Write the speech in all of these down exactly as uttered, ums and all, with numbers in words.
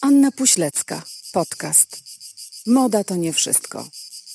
Anna Puślecka, podcast. Moda to nie wszystko.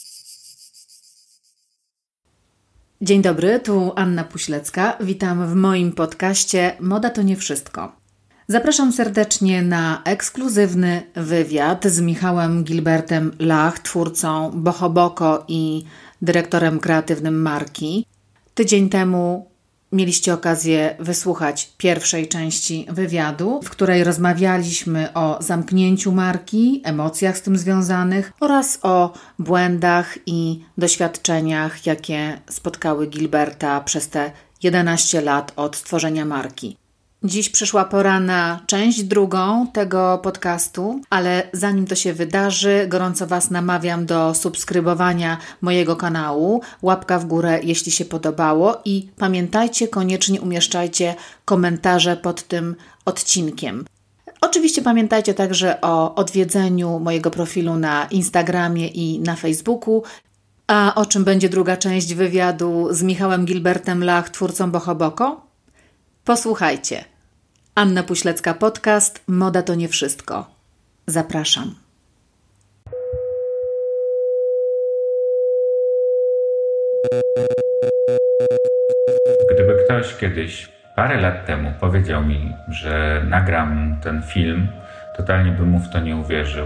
Dzień dobry, tu Anna Puślecka. Witam w moim podcaście Moda to nie wszystko. Zapraszam serdecznie na ekskluzywny wywiad z Michałem Gilbertem Lach, twórcą Boho Boko i dyrektorem kreatywnym marki. Tydzień temu mieliście okazję wysłuchać pierwszej części wywiadu, w której rozmawialiśmy o zamknięciu marki, emocjach z tym związanych oraz o błędach i doświadczeniach, jakie spotkały Gilberta przez te jedenaście lat od stworzenia marki. Dziś przyszła pora na część drugą tego podcastu, ale zanim to się wydarzy, gorąco Was namawiam do subskrybowania mojego kanału, łapka w górę, jeśli się podobało i pamiętajcie, koniecznie umieszczajcie komentarze pod tym odcinkiem. Oczywiście pamiętajcie także o odwiedzeniu mojego profilu na Instagramie i na Facebooku. A o czym będzie druga część wywiadu z Michałem Gilbertem Lach, twórcą Boho Boko? Posłuchajcie. Anna Puślecka podcast. Moda to nie wszystko. Zapraszam. Gdyby ktoś kiedyś, parę lat temu, powiedział mi, że nagram ten film, totalnie bym mu w to nie uwierzył.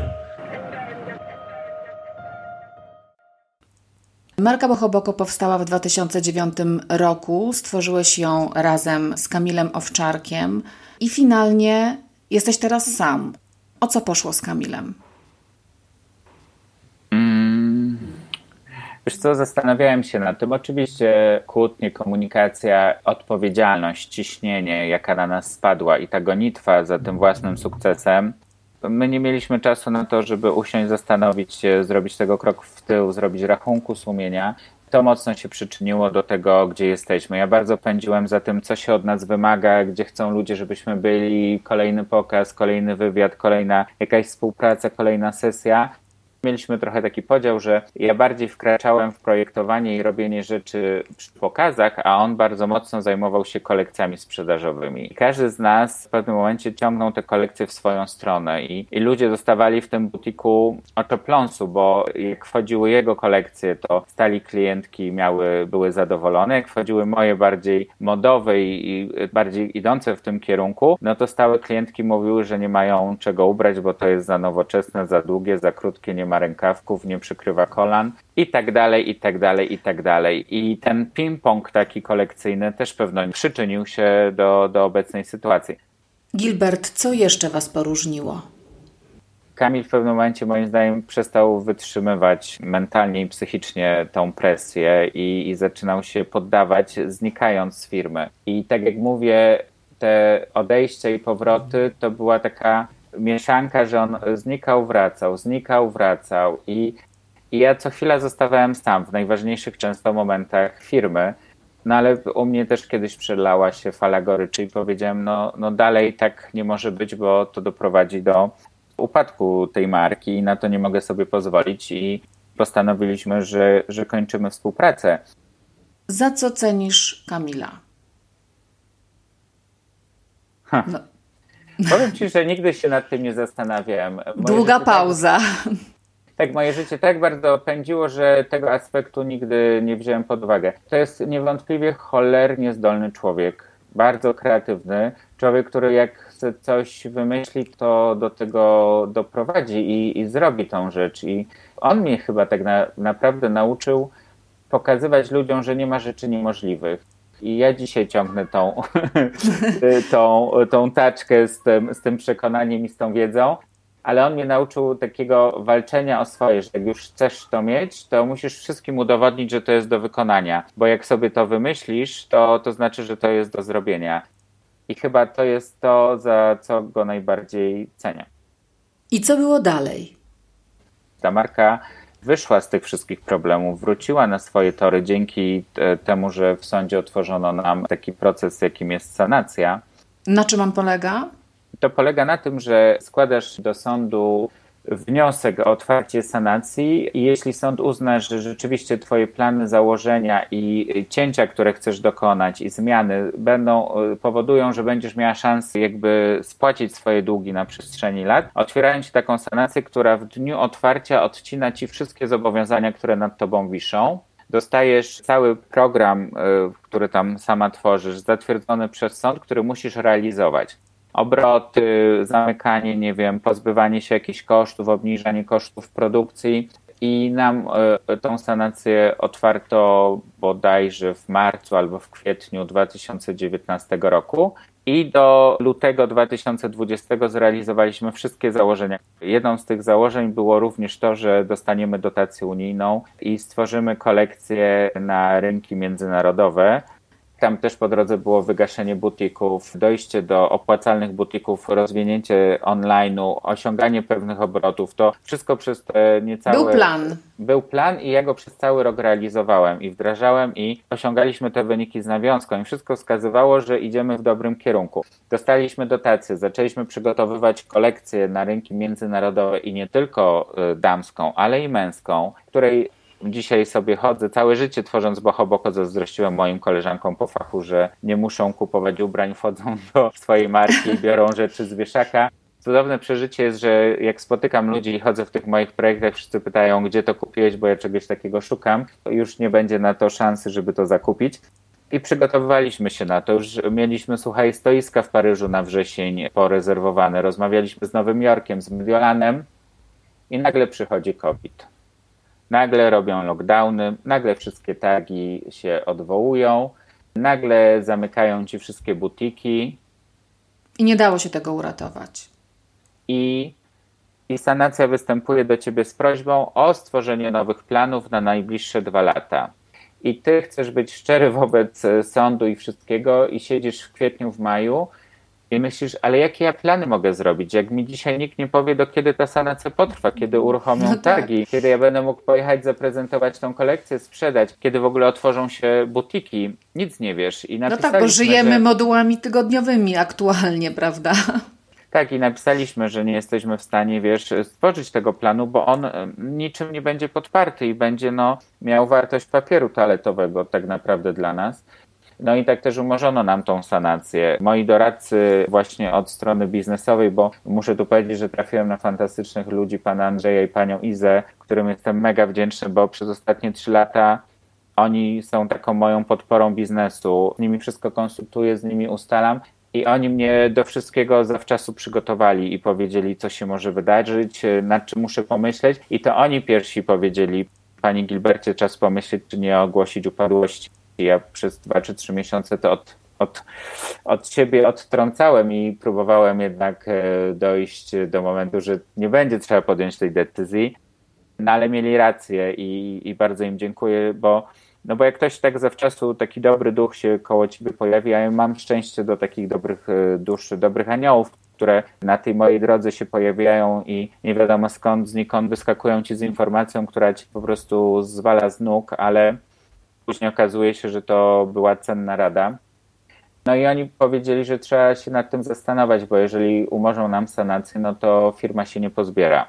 Marka Boho Boko powstała w dwa tysiące dziewiątym roku. Stworzyłeś ją razem z Kamilem Owczarkiem i finalnie jesteś teraz sam. O co poszło z Kamilem? Mm, wiesz co, zastanawiałem się nad tym. Oczywiście kłótnie, komunikacja, odpowiedzialność, ciśnienie, jaka na nas spadła i ta gonitwa za tym własnym sukcesem. My nie mieliśmy czasu na to, żeby usiąść, zastanowić się, zrobić tego krok w tył, zrobić rachunku sumienia. To mocno się przyczyniło do tego, gdzie jesteśmy. Ja bardzo pędziłem za tym, co się od nas wymaga, gdzie chcą ludzie, żebyśmy byli. Kolejny pokaz, kolejny wywiad, kolejna jakaś współpraca, kolejna sesja. Mieliśmy trochę taki podział, że ja bardziej wkraczałem w projektowanie i robienie rzeczy przy pokazach, a on bardzo mocno zajmował się kolekcjami sprzedażowymi. I każdy z nas w pewnym momencie ciągnął te kolekcje w swoją stronę i, i ludzie dostawali w tym butiku oczopląsu, bo jak wchodziły jego kolekcje, to stali klientki miały, były zadowolone. Jak wchodziły moje bardziej modowe i, i bardziej idące w tym kierunku, no to stałe klientki mówiły, że nie mają czego ubrać, bo to jest za nowoczesne, za długie, za krótkie, nie ma rękawków, nie przykrywa kolan i tak dalej, i tak dalej, i tak dalej. I ten ping-pong taki kolekcyjny też pewno przyczynił się do, do obecnej sytuacji. Gilbert, co jeszcze Was poróżniło? Kamil w pewnym momencie, moim zdaniem, przestał wytrzymywać mentalnie i psychicznie tą presję i, i zaczynał się poddawać, znikając z firmy. I tak jak mówię, te odejścia i powroty to była taka mieszanka, że on znikał, wracał, znikał, wracał i, i ja co chwila zostawałem sam w najważniejszych często momentach firmy, no ale u mnie też kiedyś przelała się fala goryczy i powiedziałem, no, no dalej tak nie może być, bo to doprowadzi do upadku tej marki i na to nie mogę sobie pozwolić i postanowiliśmy, że, że kończymy współpracę. Za co cenisz Kamila? Ha. No. Powiem Ci, że nigdy się nad tym nie zastanawiałem. Moje Długa pauza. Tak, tak, moje życie tak bardzo pędziło, że tego aspektu nigdy nie wziąłem pod uwagę. To jest niewątpliwie cholernie zdolny człowiek, bardzo kreatywny. Człowiek, który jak chce coś wymyśli, to do tego doprowadzi i, i zrobi tą rzecz. I on mnie chyba tak na, naprawdę nauczył pokazywać ludziom, że nie ma rzeczy niemożliwych. I ja dzisiaj ciągnę tą, tą, tą taczkę z tym, z tym przekonaniem i z tą wiedzą, ale on mnie nauczył takiego walczenia o swoje, że jak już chcesz to mieć, to musisz wszystkim udowodnić, że to jest do wykonania, bo jak sobie to wymyślisz, to, to znaczy, że to jest do zrobienia. I chyba to jest to, za co go najbardziej cenię. I co było dalej? Ta marka wyszła z tych wszystkich problemów, wróciła na swoje tory dzięki temu, że w sądzie otworzono nam taki proces, jakim jest sanacja. Na czym on polega? To polega na tym, że składasz do sądu wniosek o otwarcie sanacji i jeśli sąd uzna, że rzeczywiście twoje plany, założenia i cięcia, które chcesz dokonać i zmiany będą, powodują, że będziesz miała szansę jakby spłacić swoje długi na przestrzeni lat, otwierają ci taką sanację, która w dniu otwarcia odcina ci wszystkie zobowiązania, które nad tobą wiszą. Dostajesz cały program, który tam sama tworzysz, zatwierdzony przez sąd, który musisz realizować. Obroty, zamykanie, nie wiem, pozbywanie się jakichś kosztów, obniżanie kosztów produkcji i nam y, tą sanację otwarto bodajże w marcu albo w kwietniu dwa tysiące dziewiętnastego roku i do lutego dwa tysiące dwudziestego zrealizowaliśmy wszystkie założenia. Jedną z tych założeń było również to, że dostaniemy dotację unijną i stworzymy kolekcję na rynki międzynarodowe. Tam też po drodze było wygaszenie butików, dojście do opłacalnych butików, rozwinięcie online'u, osiąganie pewnych obrotów. To wszystko przez te niecałe... Był plan. Był plan i ja go przez cały rok realizowałem i wdrażałem i osiągaliśmy te wyniki z nawiązką i wszystko wskazywało, że idziemy w dobrym kierunku. Dostaliśmy dotacje, zaczęliśmy przygotowywać kolekcję na rynki międzynarodowe i nie tylko damską, ale i męską, której dzisiaj sobie chodzę, całe życie tworząc Boho Boko zazdrościłem moim koleżankom po fachu, że nie muszą kupować ubrań, wchodzą do swojej marki i biorą rzeczy z wieszaka. Cudowne przeżycie jest, że jak spotykam ludzi i chodzę w tych moich projektach, wszyscy pytają, gdzie to kupiłeś, bo ja czegoś takiego szukam. Już nie będzie na to szansy, żeby to zakupić. I przygotowywaliśmy się na to. Już mieliśmy, słuchaj, stoiska w Paryżu na wrzesień porezerwowane. Rozmawialiśmy z Nowym Jorkiem, z Mediolanem i nagle przychodzi COVID. Nagle robią lockdowny, nagle wszystkie targi się odwołują, nagle zamykają ci wszystkie butiki. I nie dało się tego uratować. I, i sanacja występuje do ciebie z prośbą o stworzenie nowych planów na najbliższe dwa lata. I ty chcesz być szczery wobec sądu i wszystkiego i siedzisz w kwietniu, w maju i myślisz, ale jakie ja plany mogę zrobić? Jak mi dzisiaj nikt nie powie, do kiedy ta sanacja potrwa, kiedy uruchomią no tak. targi, kiedy ja będę mógł pojechać, zaprezentować tą kolekcję, sprzedać, kiedy w ogóle otworzą się butiki, nic nie wiesz. I no tak, bo żyjemy że... modułami tygodniowymi aktualnie, prawda? Tak, i napisaliśmy, że nie jesteśmy w stanie, wiesz, stworzyć tego planu, bo on niczym nie będzie podparty i będzie no, miał wartość papieru toaletowego tak naprawdę dla nas. No i tak też umorzono nam tą sanację. Moi doradcy właśnie od strony biznesowej, bo muszę tu powiedzieć, że trafiłem na fantastycznych ludzi, pana Andrzeja i panią Izę, którym jestem mega wdzięczny, bo przez ostatnie trzy lata oni są taką moją podporą biznesu. Z nimi wszystko konsultuję, z nimi ustalam i oni mnie do wszystkiego zawczasu przygotowali i powiedzieli, co się może wydarzyć, nad czym muszę pomyśleć. I to oni pierwsi powiedzieli, pani Gilbercie, czas pomyśleć, czy nie ogłosić upadłości. Ja przez dwa czy trzy miesiące to od, od, od siebie odtrącałem i próbowałem jednak dojść do momentu, że nie będzie trzeba podjąć tej decyzji, no ale mieli rację i, i bardzo im dziękuję, bo, no bo jak ktoś tak zawczasu, taki dobry duch się koło ciebie pojawi, a ja mam szczęście do takich dobrych dusz, dobrych aniołów, które na tej mojej drodze się pojawiają i nie wiadomo skąd, znikąd wyskakują ci z informacją, która ci po prostu zwala z nóg, ale później okazuje się, że to była cenna rada. No i oni powiedzieli, że trzeba się nad tym zastanawiać, bo jeżeli umorzą nam sanację, no to firma się nie pozbiera.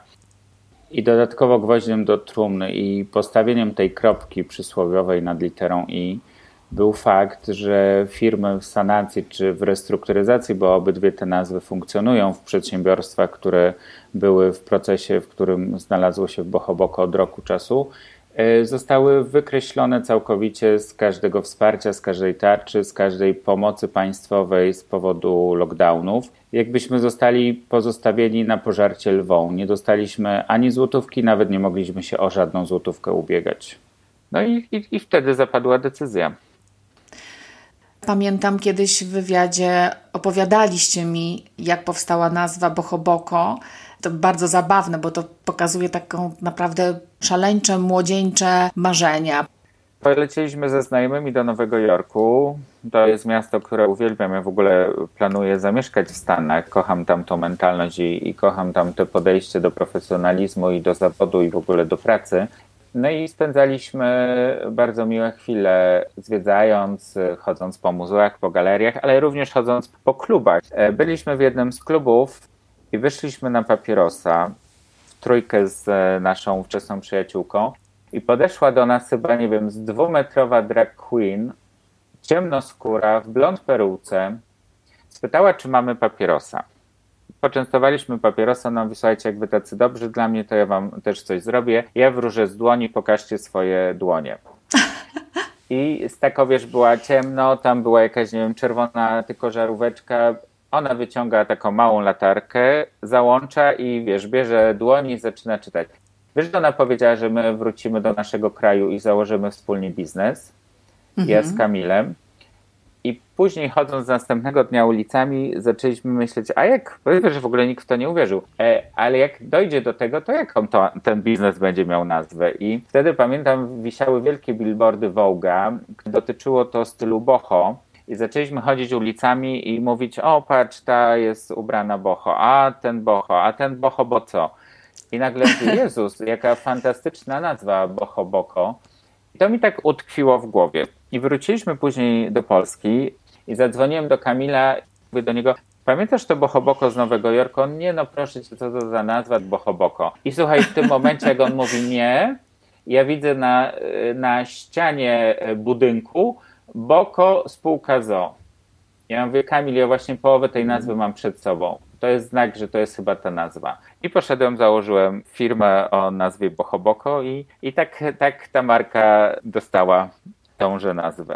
I dodatkowo gwoździem do trumny i postawieniem tej kropki przysłowiowej nad literą I był fakt, że firmy w sanacji czy w restrukturyzacji, bo obydwie te nazwy funkcjonują w przedsiębiorstwach, które były w procesie, w którym znalazło się w Boho Boko od roku czasu, zostały wykreślone całkowicie z każdego wsparcia, z każdej tarczy, z każdej pomocy państwowej z powodu lockdownów. Jakbyśmy zostali pozostawieni na pożarcie lwą. Nie dostaliśmy ani złotówki, nawet nie mogliśmy się o żadną złotówkę ubiegać. No i, i, i wtedy zapadła decyzja. Pamiętam kiedyś w wywiadzie opowiadaliście mi, jak powstała nazwa Boho Boko. To bardzo zabawne, bo to pokazuje taką naprawdę szaleńcze, młodzieńcze marzenia. Polecieliśmy ze znajomymi do Nowego Jorku. To jest miasto, które uwielbiam. Ja w ogóle planuję zamieszkać w Stanach. Kocham tam tą mentalność i, i kocham tam to podejście do profesjonalizmu i do zawodu i w ogóle do pracy. No i spędzaliśmy bardzo miłe chwile zwiedzając, chodząc po muzeach, po galeriach, ale również chodząc po klubach. Byliśmy w jednym z klubów i wyszliśmy na papierosa trójkę z naszą wczesną przyjaciółką i podeszła do nas chyba, nie wiem, z dwumetrowa drag queen, ciemnoskóra, w blond peruce, spytała, czy mamy papierosa. Poczęstowaliśmy papierosa, no wysłuchajcie, jak wy tacy dobrzy dla mnie, to ja wam też coś zrobię. Ja wróżę z dłoni, pokażcie swoje dłonie. I z taką, wiesz, była ciemno, tam była jakaś, nie wiem, czerwona tylko żaróweczka. Ona wyciąga taką małą latarkę, załącza i, wiesz, bierze dłoni i zaczyna czytać. Wiesz, że ona powiedziała, że my wrócimy do naszego kraju i założymy wspólnie biznes. Mhm. Ja z Kamilem. I później, chodząc następnego dnia ulicami, zaczęliśmy myśleć, a jak, że w ogóle nikt w to nie uwierzył, e, ale jak dojdzie do tego, to jaką to, ten biznes będzie miał nazwę? I wtedy pamiętam, wisiały wielkie billboardy Vogue'a, dotyczyło to stylu boho i zaczęliśmy chodzić ulicami i mówić, o patrz, ta jest ubrana boho, a ten boho, a ten boho bo co? I nagle mówię, Jezus, jaka fantastyczna nazwa boho boko. I to mi tak utkwiło w głowie. I wróciliśmy później do Polski i zadzwoniłem do Kamila i mówię do niego, pamiętasz to bohoboko z Nowego Jorku? On, nie, no proszę cię, co to za nazwa bohoboko? I słuchaj, w tym momencie, jak on mówi nie, ja widzę na, na ścianie budynku Boko spółka z o o. Ja mówię, Kamil, ja właśnie połowę tej nazwy mam przed sobą. To jest znak, że to jest chyba ta nazwa. I poszedłem, założyłem firmę o nazwie bohoboko i, i tak, tak ta marka dostała tąże nazwę.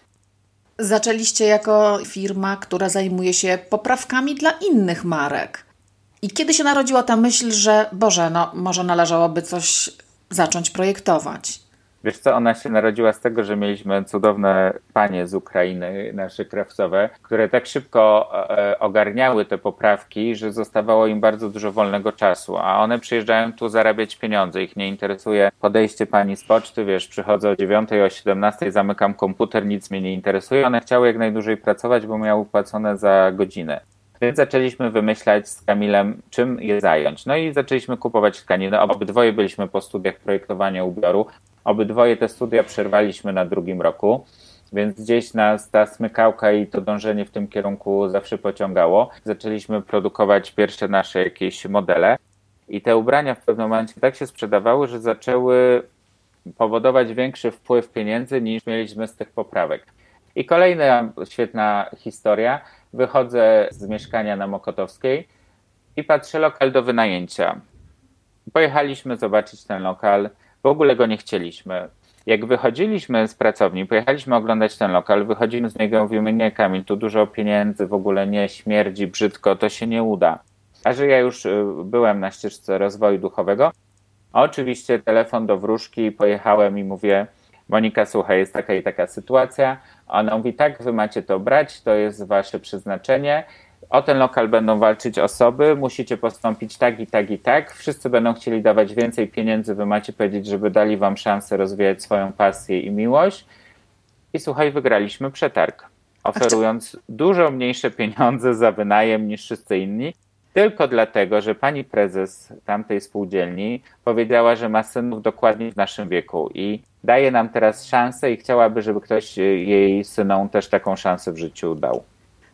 Zaczęliście jako firma, która zajmuje się poprawkami dla innych marek. I kiedy się narodziła ta myśl, że Boże, no może należałoby coś zacząć projektować? Wiesz co, ona się narodziła z tego, że mieliśmy cudowne panie z Ukrainy, nasze krawcowe, które tak szybko e, ogarniały te poprawki, że zostawało im bardzo dużo wolnego czasu, a one przyjeżdżają tu zarabiać pieniądze. Ich nie interesuje podejście pani z poczty, wiesz, przychodzę o dziewiątej, o siedemnastej, zamykam komputer, nic mnie nie interesuje. One chciały jak najdłużej pracować, bo miały płacone za godzinę. Więc zaczęliśmy wymyślać z Kamilem, czym je zająć. No i zaczęliśmy kupować tkaniny. Obydwoje byliśmy po studiach projektowania ubioru. Obydwoje te studia przerwaliśmy na drugim roku, więc gdzieś nas ta smykałka i to dążenie w tym kierunku zawsze pociągało. Zaczęliśmy produkować pierwsze nasze jakieś modele i te ubrania w pewnym momencie tak się sprzedawały, że zaczęły powodować większy wpływ pieniędzy niż mieliśmy z tych poprawek. I kolejna świetna historia. Wychodzę z mieszkania na Mokotowskiej i patrzę, lokal do wynajęcia. Pojechaliśmy zobaczyć ten lokal. W ogóle go nie chcieliśmy. Jak wychodziliśmy z pracowni, pojechaliśmy oglądać ten lokal, wychodzimy z niego i mówimy, nie Kamil, tu dużo pieniędzy, w ogóle nie, śmierdzi, brzydko, to się nie uda. A że ja już byłem na ścieżce rozwoju duchowego, oczywiście telefon do wróżki, pojechałem i mówię, Monika, słuchaj, jest taka i taka sytuacja. Ona mówi, tak, wy macie to brać, to jest wasze przeznaczenie. O ten lokal będą walczyć osoby, musicie postąpić tak i tak i tak. Wszyscy będą chcieli dawać więcej pieniędzy, wy macie powiedzieć, żeby dali wam szansę rozwijać swoją pasję i miłość. I słuchaj, wygraliśmy przetarg, oferując dużo mniejsze pieniądze za wynajem niż wszyscy inni, tylko dlatego, że pani prezes tamtej spółdzielni powiedziała, że ma synów dokładnie w naszym wieku i daje nam teraz szansę i chciałaby, żeby ktoś jej synom też taką szansę w życiu dał.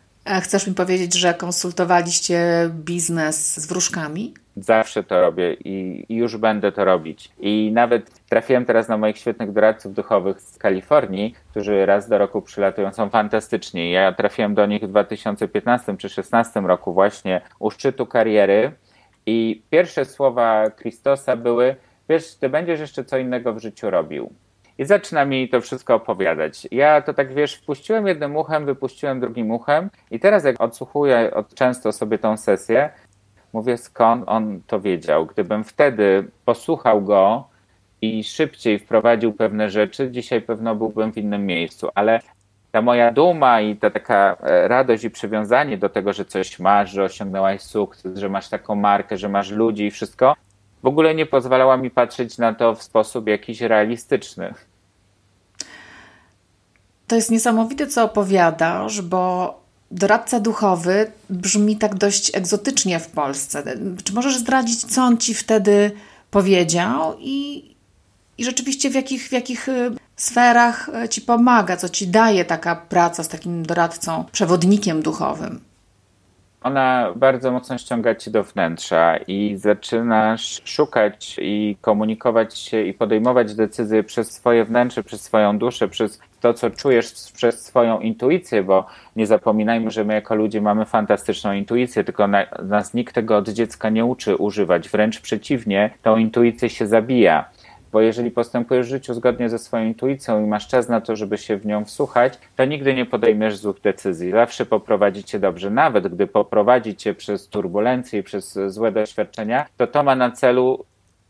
A chcesz mi powiedzieć, że konsultowaliście biznes z wróżkami? Zawsze to robię i już będę to robić. I nawet trafiłem teraz na moich świetnych doradców duchowych z Kalifornii, którzy raz do roku przylatują, są fantastyczni. Ja trafiłem do nich w dwa tysiące piętnastym czy dwa tysiące szesnastym roku właśnie u szczytu kariery i pierwsze słowa Christosa były, wiesz, ty będziesz jeszcze co innego w życiu robił. I zaczyna mi to wszystko opowiadać. Ja to tak, wiesz, wpuściłem jednym uchem, wypuściłem drugim uchem i teraz jak odsłuchuję od często sobie tą sesję, mówię, skąd on to wiedział. Gdybym wtedy posłuchał go i szybciej wprowadził pewne rzeczy, dzisiaj pewno byłbym w innym miejscu. Ale ta moja duma i ta taka radość i przywiązanie do tego, że coś masz, że osiągnęłaś sukces, że masz taką markę, że masz ludzi i wszystko, w ogóle nie pozwalała mi patrzeć na to w sposób jakiś realistyczny. To jest niesamowite, co opowiadasz, bo doradca duchowy brzmi tak dość egzotycznie w Polsce. Czy możesz zdradzić, co on ci wtedy powiedział i, i rzeczywiście w jakich, w jakich sferach ci pomaga, co ci daje taka praca z takim doradcą, przewodnikiem duchowym? ona bardzo mocno ściąga cię do wnętrza i zaczynasz szukać i komunikować się i podejmować decyzje przez swoje wnętrze, przez swoją duszę, przez to, co czujesz, przez swoją intuicję, bo nie zapominajmy, że my jako ludzie mamy fantastyczną intuicję, tylko na, nas nikt tego od dziecka nie uczy używać, wręcz przeciwnie, tą intuicję się zabija. Bo jeżeli postępujesz w życiu zgodnie ze swoją intuicją i masz czas na to, żeby się w nią wsłuchać, to nigdy nie podejmiesz złych decyzji. Zawsze poprowadzi cię dobrze. Nawet gdy poprowadzi cię przez turbulencje i przez złe doświadczenia, to to ma na celu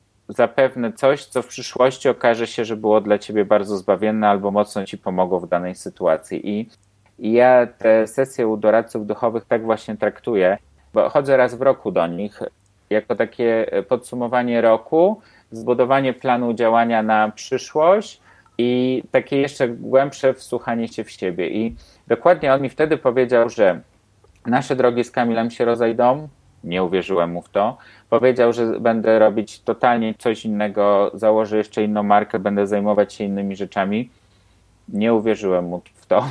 zapewne coś, co w przyszłości okaże się, że było dla ciebie bardzo zbawienne albo mocno ci pomogło w danej sytuacji. I, i ja te sesje u doradców duchowych tak właśnie traktuję, bo chodzę raz w roku do nich jako takie podsumowanie roku, zbudowanie planu działania na przyszłość i takie jeszcze głębsze wsłuchanie się w siebie. I dokładnie on mi wtedy powiedział, że nasze drogi z Kamilem się rozejdą. Nie uwierzyłem mu w to. Powiedział, że będę robić totalnie coś innego, założę jeszcze inną markę, będę zajmować się innymi rzeczami. Nie uwierzyłem mu w to.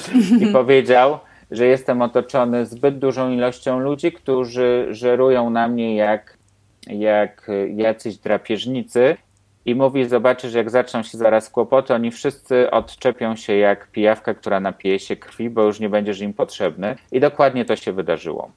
I powiedział, że jestem otoczony zbyt dużą ilością ludzi, którzy żerują na mnie jak jak jacyś drapieżnicy i mówi, zobaczysz, jak zaczną się zaraz kłopoty, oni wszyscy odczepią się jak pijawka, która napije się krwi, bo już nie będziesz im potrzebny. I dokładnie to się wydarzyło.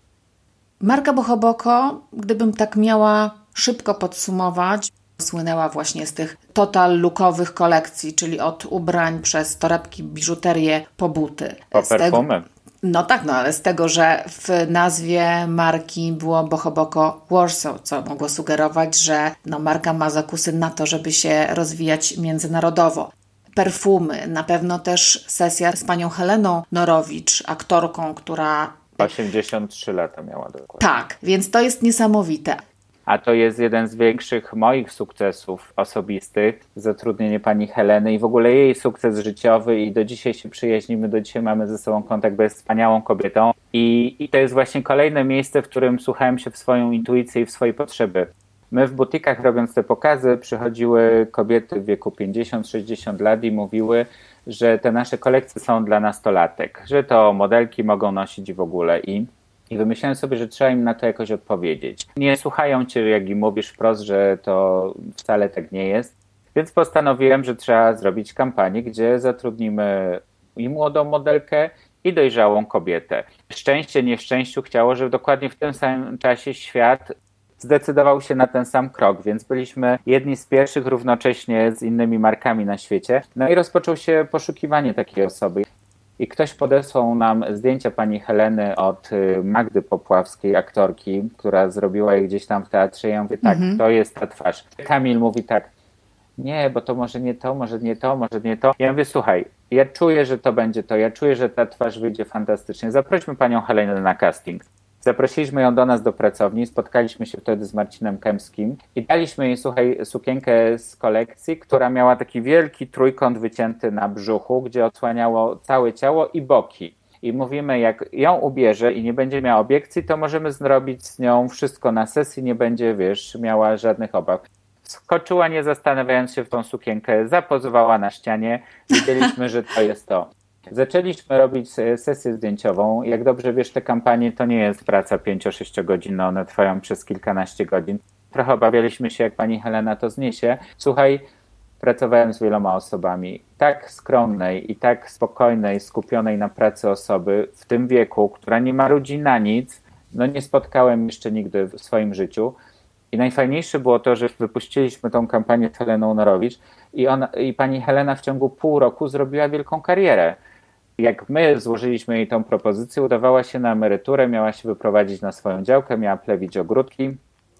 Marka Boho Boko, gdybym tak miała szybko podsumować, słynęła właśnie z tych total lookowych kolekcji, czyli od ubrań przez torebki, biżuterię po buty. Po perfumy. No tak, no ale z tego, że w nazwie marki było Boho Boko Warsaw, co mogło sugerować, że no, marka ma zakusy na to, żeby się rozwijać międzynarodowo. Perfumy, na pewno też sesja z panią Heleną Norowicz, aktorką, która... osiemdziesiąt trzy lata miała dokładnie. Tak, więc to jest niesamowite. A to jest jeden z większych moich sukcesów osobistych, zatrudnienie pani Heleny i w ogóle jej sukces życiowy i do dzisiaj się przyjaźnimy, do dzisiaj mamy ze sobą kontakt, bo jest wspaniałą kobietą i, i to jest właśnie kolejne miejsce, w którym słuchałem się w swoją intuicję i w swoje potrzeby. My w butikach robiąc te pokazy przychodziły kobiety w wieku pięćdziesiąt sześćdziesiąt lat i mówiły, że te nasze kolekcje są dla nastolatek, że to modelki mogą nosić w ogóle i I wymyślałem sobie, że trzeba im na to jakoś odpowiedzieć. Nie słuchają cię, jak im mówisz wprost, że to wcale tak nie jest. Więc postanowiłem, że trzeba zrobić kampanię, gdzie zatrudnimy i młodą modelkę, i dojrzałą kobietę. Szczęście, nieszczęściu chciało, że dokładnie w tym samym czasie świat zdecydował się na ten sam krok, więc byliśmy jedni z pierwszych równocześnie z innymi markami na świecie. No i rozpoczął się poszukiwanie takiej osoby. I ktoś podesłał nam zdjęcia pani Heleny od Magdy Popławskiej, aktorki, która zrobiła je gdzieś tam w teatrze. Ja mówię, tak, mhm. to jest ta twarz. Kamil mówi tak, nie, bo to może nie to, może nie to, może nie to. Ja mówię, słuchaj, ja czuję, że to będzie to, ja czuję, że ta twarz wyjdzie fantastycznie. Zaprośmy panią Helenę na casting. Zaprosiliśmy ją do nas do pracowni, spotkaliśmy się wtedy z Marcinem Kępskim i daliśmy jej, słuchaj, sukienkę z kolekcji, która miała taki wielki trójkąt wycięty na brzuchu, gdzie odsłaniało całe ciało i boki. I mówimy, jak ją ubierze i nie będzie miała obiekcji, to możemy zrobić z nią wszystko na sesji, nie będzie, wiesz, miała żadnych obaw. Skoczyła, nie zastanawiając się, w tą sukienkę, zapozowała na ścianie, wiedzieliśmy, że to jest to. Zaczęliśmy robić sesję zdjęciową. Jak dobrze wiesz, te kampanie to nie jest praca pięcio-sześciogodzinna, one trwają przez kilkanaście godzin. Trochę obawialiśmy się, jak pani Helena to zniesie. Słuchaj, pracowałem z wieloma osobami tak skromnej i tak spokojnej, skupionej na pracy osoby w tym wieku, która nie marudzi na nic, no nie spotkałem jeszcze nigdy w swoim życiu. I najfajniejsze było to, że wypuściliśmy tą kampanię z Heleną Norowicz i, ona, i pani Helena w ciągu pół roku zrobiła wielką karierę. Jak my złożyliśmy jej tą propozycję, udawała się na emeryturę, miała się wyprowadzić na swoją działkę, miała plewić ogródki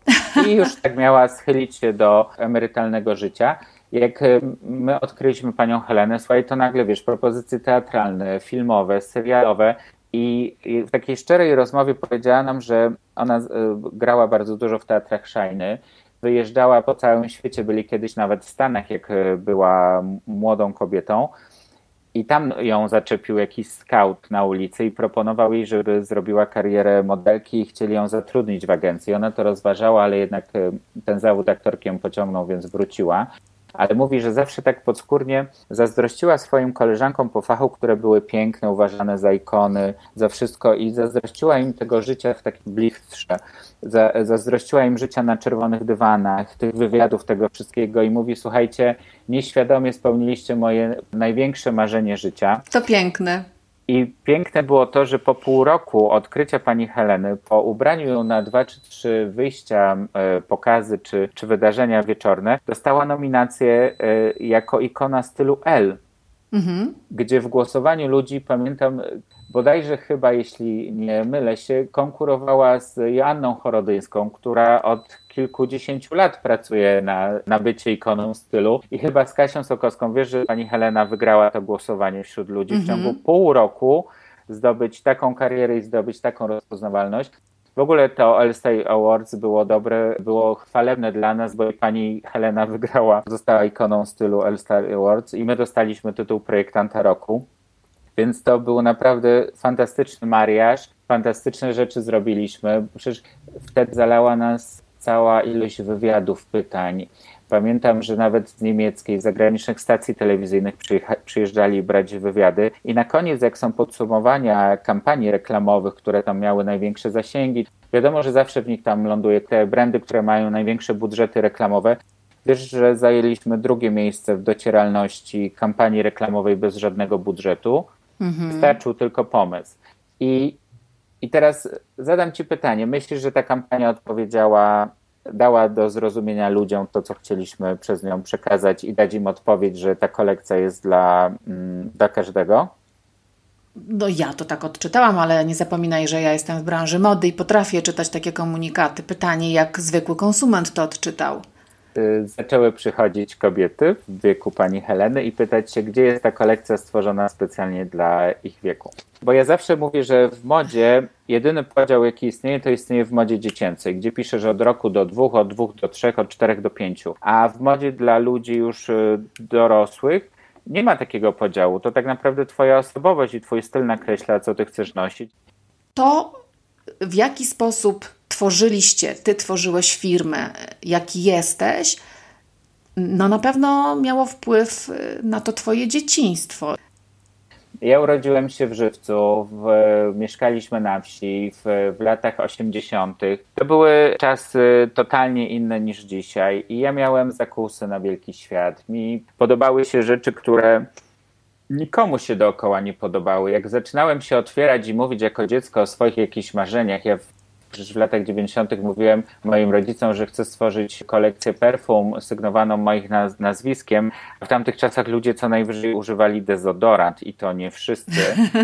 i już tak miała schylić się do emerytalnego życia. Jak my odkryliśmy panią Helenę, słuchaj, to nagle, wiesz, propozycje teatralne, filmowe, serialowe i, i w takiej szczerej rozmowie powiedziała nam, że ona grała bardzo dużo w teatrach Szajny, wyjeżdżała po całym świecie, byli kiedyś nawet w Stanach, jak była młodą kobietą. I tam ją zaczepił jakiś scout na ulicy i proponował jej, żeby zrobiła karierę modelki i chcieli ją zatrudnić w agencji. Ona to rozważała, ale jednak ten zawód aktorki ją pociągnął, więc wróciła. ale mówi, że zawsze tak podskórnie zazdrościła swoim koleżankom po fachu, które były piękne, uważane za ikony, za wszystko i zazdrościła im tego życia w takim blichtrze. Zazdrościła im życia na czerwonych dywanach, tych wywiadów, tego wszystkiego i mówi, słuchajcie, nieświadomie spełniliście moje największe marzenie życia. To piękne. I piękne było to, że po pół roku odkrycia pani Heleny, po ubraniu ją na dwa czy trzy wyjścia, pokazy czy, czy wydarzenia wieczorne, dostała nominację jako ikona stylu L, mhm. gdzie w głosowaniu ludzi, pamiętam, bodajże chyba, jeśli nie mylę się, konkurowała z Joanną Chorodyńską, która od kilkudziesięciu lat pracuje na, na bycie ikoną stylu i chyba z Kasią Sokowską, wiesz, że pani Helena wygrała to głosowanie wśród ludzi mm-hmm. w ciągu pół roku zdobyć taką karierę i zdobyć taką rozpoznawalność. W ogóle to Elstar Awards było dobre, było chwalebne dla nas, bo pani Helena wygrała, została ikoną stylu Elstar Awards i my dostaliśmy tytuł projektanta roku. Więc to był naprawdę fantastyczny mariaż, fantastyczne rzeczy zrobiliśmy. Przecież wtedy zalała nas cała ilość wywiadów, pytań. Pamiętam, że nawet z niemieckiej, z zagranicznych stacji telewizyjnych przyjeżdżali brać wywiady i na koniec, jak są podsumowania kampanii reklamowych, które tam miały największe zasięgi, wiadomo, że zawsze w nich tam ląduje te brandy, które mają największe budżety reklamowe. Wiesz, że zajęliśmy drugie miejsce w docieralności kampanii reklamowej bez żadnego budżetu. Mhm. Wystarczył tylko pomysł. I, I teraz zadam ci pytanie. Myślisz, że ta kampania odpowiedziała, dała do zrozumienia ludziom to, co chcieliśmy przez nią przekazać i dać im odpowiedź, że ta kolekcja jest dla, dla każdego? No ja to tak odczytałam, ale nie zapominaj, że ja jestem w branży mody i potrafię czytać takie komunikaty. Pytanie, jak zwykły konsument to odczytał. Zaczęły przychodzić kobiety w wieku pani Heleny i pytać się, gdzie jest ta kolekcja stworzona specjalnie dla ich wieku. Bo ja zawsze mówię, że w modzie jedyny podział, jaki istnieje, to istnieje w modzie dziecięcej, gdzie pisze, że od roku do dwóch, od dwóch do trzech, od czterech do pięciu. A w modzie dla ludzi już dorosłych nie ma takiego podziału. To tak naprawdę twoja osobowość i twój styl nakreśla, co ty chcesz nosić. To w jaki sposób tworzyliście, ty tworzyłeś firmę, jaki jesteś, no na pewno miało wpływ na to twoje dzieciństwo. Ja urodziłem się w Żywcu, w, mieszkaliśmy na wsi w, w latach osiemdziesiątych. To były czasy totalnie inne niż dzisiaj i ja miałem zakusy na wielki świat. Mi podobały się rzeczy, które nikomu się dookoła nie podobały. Jak zaczynałem się otwierać i mówić jako dziecko o swoich jakichś marzeniach, ja w Przecież w latach dziewięćdziesiątych mówiłem moim rodzicom, że chcę stworzyć kolekcję perfum sygnowaną moim naz- nazwiskiem. W tamtych czasach ludzie co najwyżej używali dezodorant i to nie wszyscy.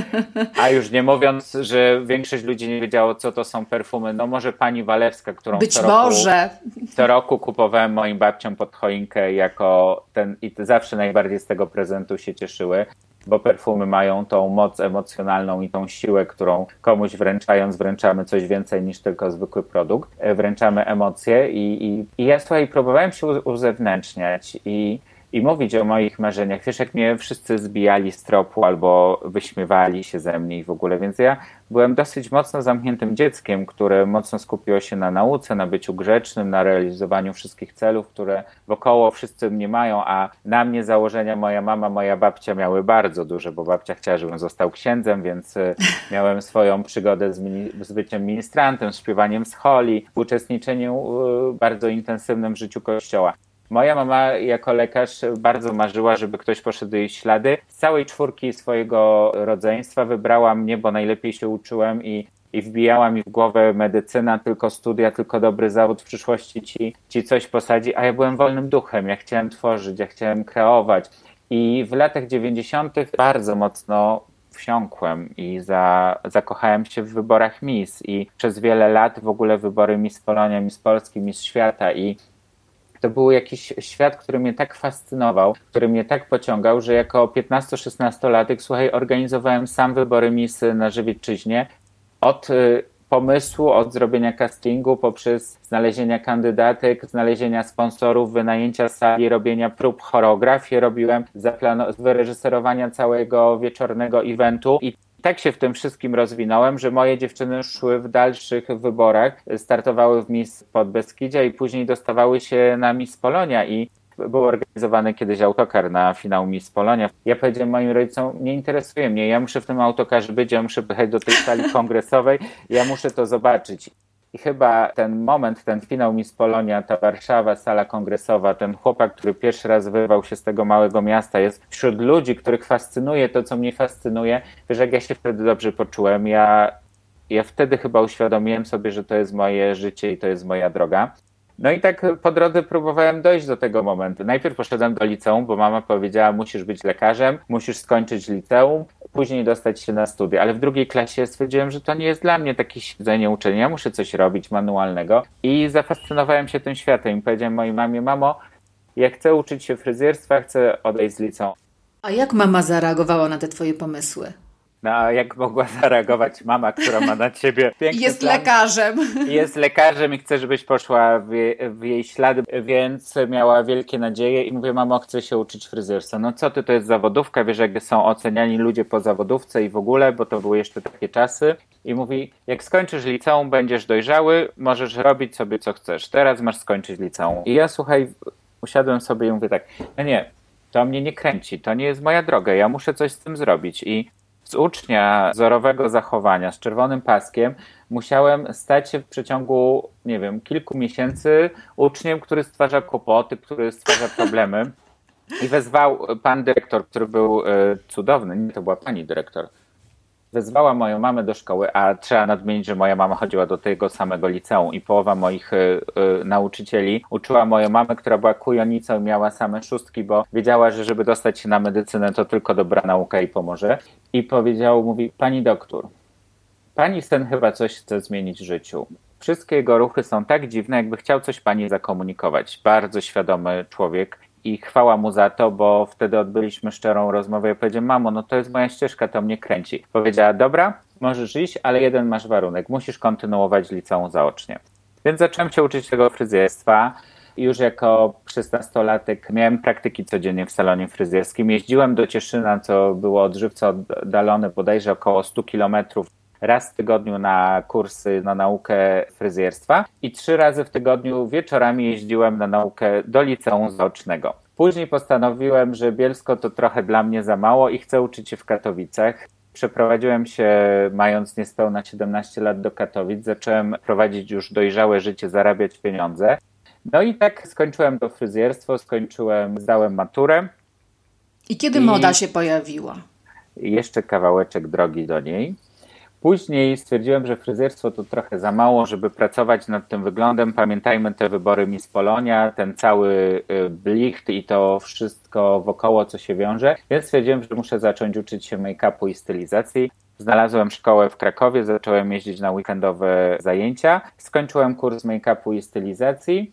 A już nie mówiąc, że większość ludzi nie wiedziało, co to są perfumy. No może pani Walewska, którą Być co roku, może. co roku kupowałem moim babciom pod choinkę jako ten i zawsze najbardziej z tego prezentu się cieszyły. Bo perfumy mają tą moc emocjonalną i tą siłę, którą komuś wręczając wręczamy coś więcej niż tylko zwykły produkt. Wręczamy emocje i, i, i ja słuchaj, próbowałem się uzewnętrzniać i, i mówić o moich marzeniach. Wiesz, jak mnie wszyscy zbijali z tropu albo wyśmiewali się ze mnie i w ogóle, więc ja byłem dosyć mocno zamkniętym dzieckiem, które mocno skupiło się na nauce, na byciu grzecznym, na realizowaniu wszystkich celów, które wokoło wszyscy mnie mają, a na mnie założenia moja mama, moja babcia miały bardzo duże, bo babcia chciała, żebym został księdzem, więc miałem swoją przygodę z, mini- z byciem ministrantem, z śpiewaniem z holi, uczestniczeniem w bardzo intensywnym życiu kościoła. Moja mama jako lekarz bardzo marzyła, żeby ktoś poszedł jej ślady. Z całej czwórki swojego rodzeństwa wybrała mnie, bo najlepiej się uczyłem i, i wbijała mi w głowę medycyna, tylko studia, tylko dobry zawód w przyszłości ci, ci coś posadzi, a ja byłem wolnym duchem, ja chciałem tworzyć, ja chciałem kreować. I w latach dziewięćdziesiątych bardzo mocno wsiąkłem i za, zakochałem się w wyborach Miss i przez wiele lat w ogóle wybory Miss Polonia, Miss Polski, Miss Świata i to był jakiś świat, który mnie tak fascynował, który mnie tak pociągał, że jako piętnasto-szesnastolatek, słuchaj, organizowałem sam wybory Miss na Żywiecczyźnie. Od y, pomysłu, od zrobienia castingu, poprzez znalezienia kandydatek, znalezienia sponsorów, wynajęcia sali, robienia prób, choreografię robiłem, zaplano- wyreżyserowania całego wieczornego eventu i tak się w tym wszystkim rozwinąłem, że moje dziewczyny szły w dalszych wyborach, startowały w Miss Podbeskidzia i później dostawały się na Miss Polonia i Był organizowany kiedyś autokar na finał Miss Polonia. Ja powiedziałem moim rodzicom, nie interesuje mnie, ja muszę w tym autokarze być, ja muszę wyjechać do tej sali kongresowej, ja muszę to zobaczyć. I chyba ten moment, ten finał Miss Polonia, ta Warszawa, sala kongresowa, ten chłopak, który pierwszy raz wyrwał się z tego małego miasta, jest wśród ludzi, których fascynuje to, co mnie fascynuje. Wiesz, jak ja się wtedy dobrze poczułem, ja, ja wtedy chyba uświadomiłem sobie, że to jest moje życie i to jest moja droga. No i tak po drodze próbowałem dojść do tego momentu. Najpierw poszedłem do liceum, bo mama powiedziała, musisz być lekarzem, musisz skończyć liceum, później dostać się na studia. Ale w drugiej klasie stwierdziłem, że to nie jest dla mnie takie siedzenie, uczenie. Ja muszę coś robić manualnego. I zafascynowałem się tym światem. I powiedziałem mojej mamie, mamo, ja chcę uczyć się fryzjerstwa, chcę odejść z liceum. A jak mama zareagowała na te twoje pomysły? No, jak mogła zareagować mama, która ma na ciebie piękny Jest plan. lekarzem. Jest lekarzem i chce, żebyś poszła w jej, w jej ślady, więc miała wielkie nadzieje i mówię, mamo, chcę się uczyć fryzjerstwa. No co ty, to jest zawodówka, wiesz, jak są oceniani ludzie po zawodówce i w ogóle, bo to były jeszcze takie czasy. I mówi, jak skończysz liceum, będziesz dojrzały, możesz robić sobie co chcesz. Teraz masz skończyć liceum. I ja, słuchaj, usiadłem sobie i mówię tak, no nie, to mnie nie kręci, to nie jest moja droga, ja muszę coś z tym zrobić. I z ucznia wzorowego zachowania, z czerwonym paskiem, musiałem stać się w przeciągu, nie wiem, kilku miesięcy uczniem, który stwarza kłopoty, który stwarza problemy. I wezwał pan dyrektor, który był cudowny, nie, to była pani dyrektor, wezwała moją mamę do szkoły, a trzeba nadmienić, że moja mama chodziła do tego samego liceum i połowa moich y, y, nauczycieli uczyła moją mamę, która była kujonicą i miała same szóstki, bo wiedziała, że żeby dostać się na medycynę, to tylko dobra nauka jej pomoże. I powiedział, mówi, pani doktor, pani syn chyba coś chce zmienić w życiu. Wszystkie jego ruchy są tak dziwne, jakby chciał coś pani zakomunikować. Bardzo świadomy człowiek. I chwała mu za to, bo wtedy odbyliśmy szczerą rozmowę. Ja powiedziałem, mamo, no to jest moja ścieżka, to mnie kręci. Powiedziała, dobra, możesz iść, ale jeden masz warunek, musisz kontynuować liceum zaocznie. Więc zacząłem się uczyć tego fryzjerstwa. Już jako szesnastolatek miałem praktyki codziennie w salonie fryzjerskim. Jeździłem do Cieszyna, co było od Żywca oddalone bodajże około stu kilometrów. Raz w tygodniu na kursy, na naukę fryzjerstwa i trzy razy w tygodniu wieczorami jeździłem na naukę do liceum zaocznego. Później postanowiłem, że Bielsko to trochę dla mnie za mało i chcę uczyć się w Katowicach. Przeprowadziłem się, mając niespełna siedemnaście lat, do Katowic. Zacząłem prowadzić już dojrzałe życie, zarabiać pieniądze. No i tak skończyłem to fryzjerstwo, skończyłem, zdałem maturę. I kiedy I moda się pojawiła? Jeszcze kawałeczek drogi do niej. Później stwierdziłem, że fryzjerstwo to trochę za mało, żeby pracować nad tym wyglądem. Pamiętajmy te wybory Miss Polonia, ten cały blicht i to wszystko wokoło, co się wiąże. Więc stwierdziłem, że muszę zacząć uczyć się make-upu i stylizacji. Znalazłem szkołę w Krakowie, zacząłem jeździć na weekendowe zajęcia. Skończyłem kurs make-upu i stylizacji.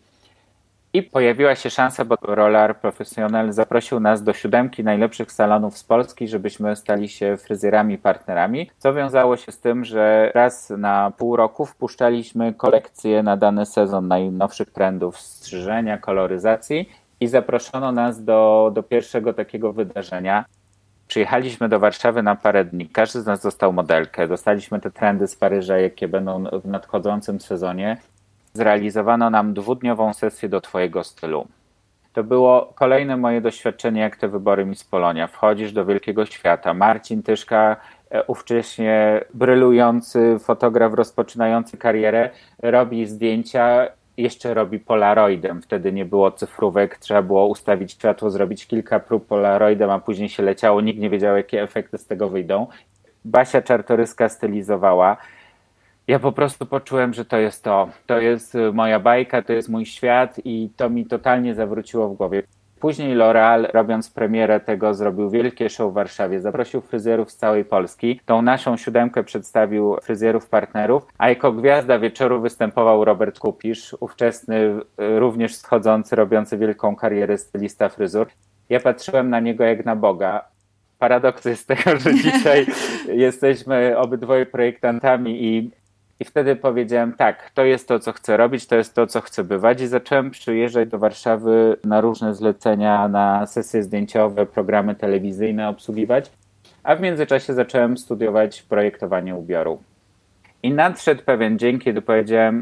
I pojawiła się szansa, bo Roller Professional zaprosił nas do siódemki najlepszych salonów z Polski, żebyśmy stali się fryzjerami, partnerami, co wiązało się z tym, że raz na pół roku wpuszczaliśmy kolekcję na dany sezon najnowszych trendów strzyżenia, koloryzacji i zaproszono nas do, do pierwszego takiego wydarzenia. Przyjechaliśmy do Warszawy na parę dni, każdy z nas dostał modelkę, dostaliśmy te trendy z Paryża, jakie będą w nadchodzącym sezonie. Zrealizowano nam dwudniową sesję do twojego stylu. To było kolejne moje doświadczenie, jak te wybory Miss Polonia. Wchodzisz do wielkiego świata. Marcin Tyszka, ówcześnie brylujący fotograf rozpoczynający karierę, robi zdjęcia, jeszcze robi polaroidem. Wtedy nie było cyfrówek, trzeba było ustawić światło, zrobić kilka prób polaroidem, a później się leciało. Nikt nie wiedział, jakie efekty z tego wyjdą. Basia Czartoryska stylizowała. Ja po prostu poczułem, że to jest to. To jest moja bajka, to jest mój świat i to mi totalnie zawróciło w głowie. Później L'Oréal, robiąc premierę tego, zrobił wielkie show w Warszawie. Zaprosił fryzjerów z całej Polski. Tą naszą siódemkę przedstawił fryzjerów partnerów, a jako gwiazda wieczoru występował Robert Kupisz, ówczesny, również schodzący, robiący wielką karierę stylista fryzur. Ja patrzyłem na niego jak na Boga. Paradoks jest tego, że dzisiaj jesteśmy obydwoje projektantami i I wtedy powiedziałem, tak, to jest to, co chcę robić, to jest to, co chcę bywać i zacząłem przyjeżdżać do Warszawy na różne zlecenia, na sesje zdjęciowe, programy telewizyjne obsługiwać, a w międzyczasie zacząłem studiować projektowanie ubioru. I nadszedł pewien dzień, kiedy powiedziałem,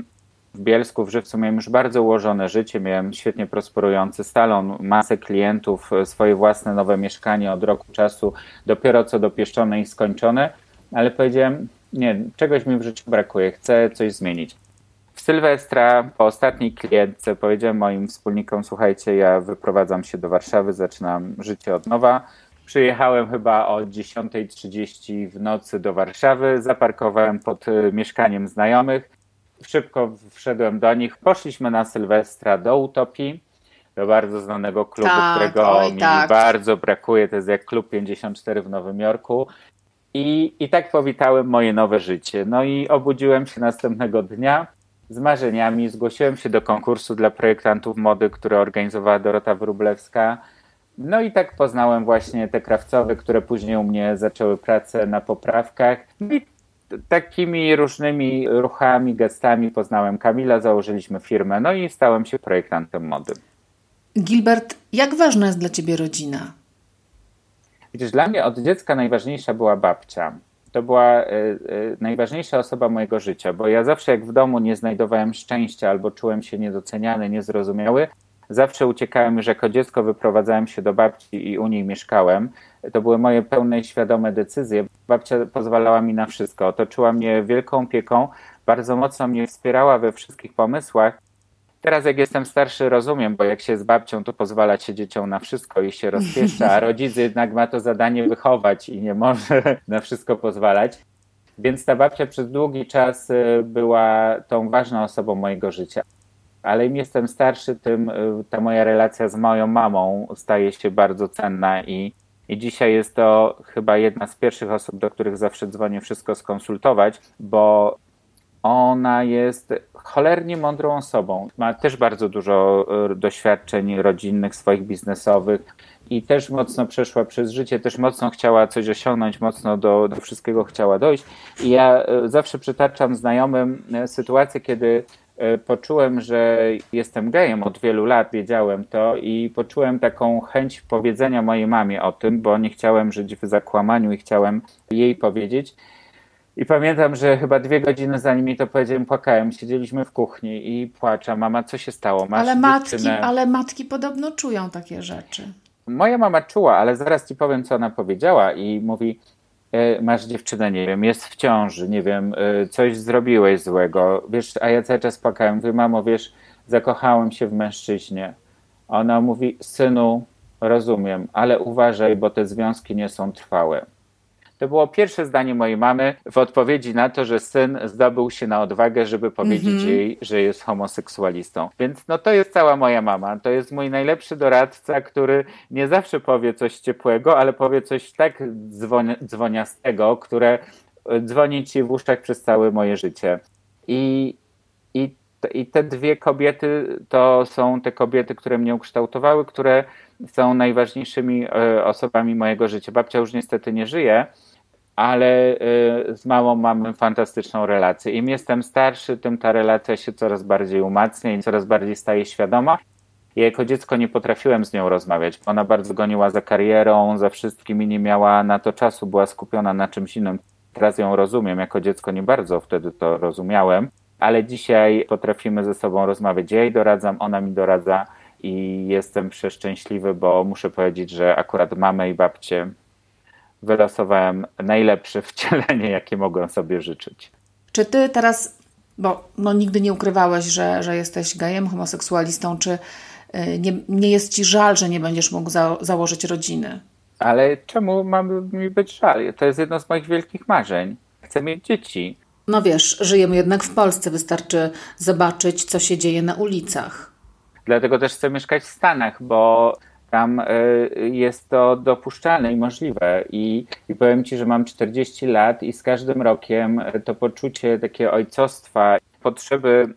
w Bielsku, w Żywcu miałem już bardzo ułożone życie, miałem świetnie prosperujący salon, masę klientów, swoje własne nowe mieszkanie od roku czasu, dopiero co dopieszczone i skończone, ale powiedziałem, nie, czegoś mi w życiu brakuje, chcę coś zmienić. W Sylwestra, po ostatniej klientce, powiedziałem moim wspólnikom, słuchajcie, ja wyprowadzam się do Warszawy, zaczynam życie od nowa. Przyjechałem chyba o dziesiąta trzydzieści w nocy do Warszawy, zaparkowałem pod mieszkaniem znajomych, szybko wszedłem do nich, poszliśmy na Sylwestra do Utopii, do bardzo znanego klubu, tak, którego oj, mi tak. bardzo brakuje, to jest jak Klub pięćdziesiąt cztery w Nowym Jorku. I, I tak powitałem moje nowe życie. No i obudziłem się następnego dnia z marzeniami, zgłosiłem się do konkursu dla projektantów mody, który organizowała Dorota Wróblewska. No i tak poznałem właśnie te krawcowe, które później u mnie zaczęły pracę na poprawkach. No i takimi różnymi ruchami, gestami poznałem Kamila, założyliśmy firmę, no i stałem się projektantem mody. Gilbert, jak ważna jest dla ciebie rodzina? Widzisz, dla mnie od dziecka najważniejsza była babcia. To była y, y, najważniejsza osoba mojego życia, bo ja zawsze jak w domu nie znajdowałem szczęścia albo czułem się niedoceniany, niezrozumiały, zawsze uciekałem, już jako dziecko wyprowadzałem się do babci i u niej mieszkałem. To były moje pełne i świadome decyzje. Babcia pozwalała mi na wszystko, otoczyła mnie wielką opieką, bardzo mocno mnie wspierała we wszystkich pomysłach. Teraz jak jestem starszy rozumiem, bo jak się z babcią, to pozwala się dzieciom na wszystko i się rozpieszcza, a rodzic jednak ma to zadanie wychować i nie może na wszystko pozwalać. Więc ta babcia przez długi czas była tą ważną osobą mojego życia. Ale im jestem starszy, tym ta moja relacja z moją mamą staje się bardzo cenna i, i dzisiaj jest to chyba jedna z pierwszych osób, do których zawsze dzwonię wszystko skonsultować, bo ona jest cholernie mądrą osobą. Ma też bardzo dużo doświadczeń rodzinnych, swoich biznesowych i też mocno przeszła przez życie, też mocno chciała coś osiągnąć, mocno do, do wszystkiego chciała dojść. I ja zawsze przytaczam znajomym sytuację, kiedy poczułem, że jestem gejem od wielu lat, wiedziałem to i poczułem taką chęć powiedzenia mojej mamie o tym, bo nie chciałem żyć w zakłamaniu i chciałem jej powiedzieć. I pamiętam, że chyba dwie godziny zanim mi to powiedziałem, płakałem. Siedzieliśmy w kuchni i płaczę. Mama, co się stało? Masz ale, matki, dziewczynę? ale matki podobno czują takie rzeczy. Moja mama czuła, ale zaraz ci powiem, co ona powiedziała i mówi, masz dziewczynę, nie wiem, jest w ciąży, nie wiem, coś zrobiłeś złego. Wiesz, a ja cały czas płakałem. Mówię, mamo, wiesz, zakochałem się w mężczyźnie. Ona mówi, synu, rozumiem, ale uważaj, bo te związki nie są trwałe. To było pierwsze zdanie mojej mamy w odpowiedzi na to, że syn zdobył się na odwagę, żeby powiedzieć mm-hmm. jej, że jest homoseksualistą. Więc no to jest cała moja mama. To jest mój najlepszy doradca, który nie zawsze powie coś ciepłego, ale powie coś tak dzwoni- dzwoniastego, które dzwoni ci w uszach przez całe moje życie. I, i, I te dwie kobiety to są te kobiety, które mnie ukształtowały, które są najważniejszymi osobami mojego życia. Babcia już niestety nie żyje, ale z mamą mamy fantastyczną relację. Im jestem starszy, tym ta relacja się coraz bardziej umacnia i coraz bardziej staje świadoma. Ja jako dziecko nie potrafiłem z nią rozmawiać, bo ona bardzo goniła za karierą, za wszystkim i nie miała na to czasu, była skupiona na czymś innym. Teraz ją rozumiem, jako dziecko nie bardzo wtedy to rozumiałem, ale dzisiaj potrafimy ze sobą rozmawiać. Ja jej doradzam, ona mi doradza i jestem przeszczęśliwy, bo muszę powiedzieć, że akurat mamę i babcię wylosowałem najlepsze wcielenie, jakie mogłem sobie życzyć. Czy ty teraz, bo no, nigdy nie ukrywałeś, że, że jesteś gejem, homoseksualistą, czy nie, nie jest ci żal, że nie będziesz mógł za, założyć rodziny? Ale czemu mamy mi być żal? To jest jedno z moich wielkich marzeń. Chcę mieć dzieci. No wiesz, żyjemy jednak w Polsce, wystarczy zobaczyć, co się dzieje na ulicach. Dlatego też chcę mieszkać w Stanach, bo tam jest to dopuszczalne i możliwe. I, i powiem ci, że mam czterdzieści lat i z każdym rokiem to poczucie takie ojcostwa, potrzeby...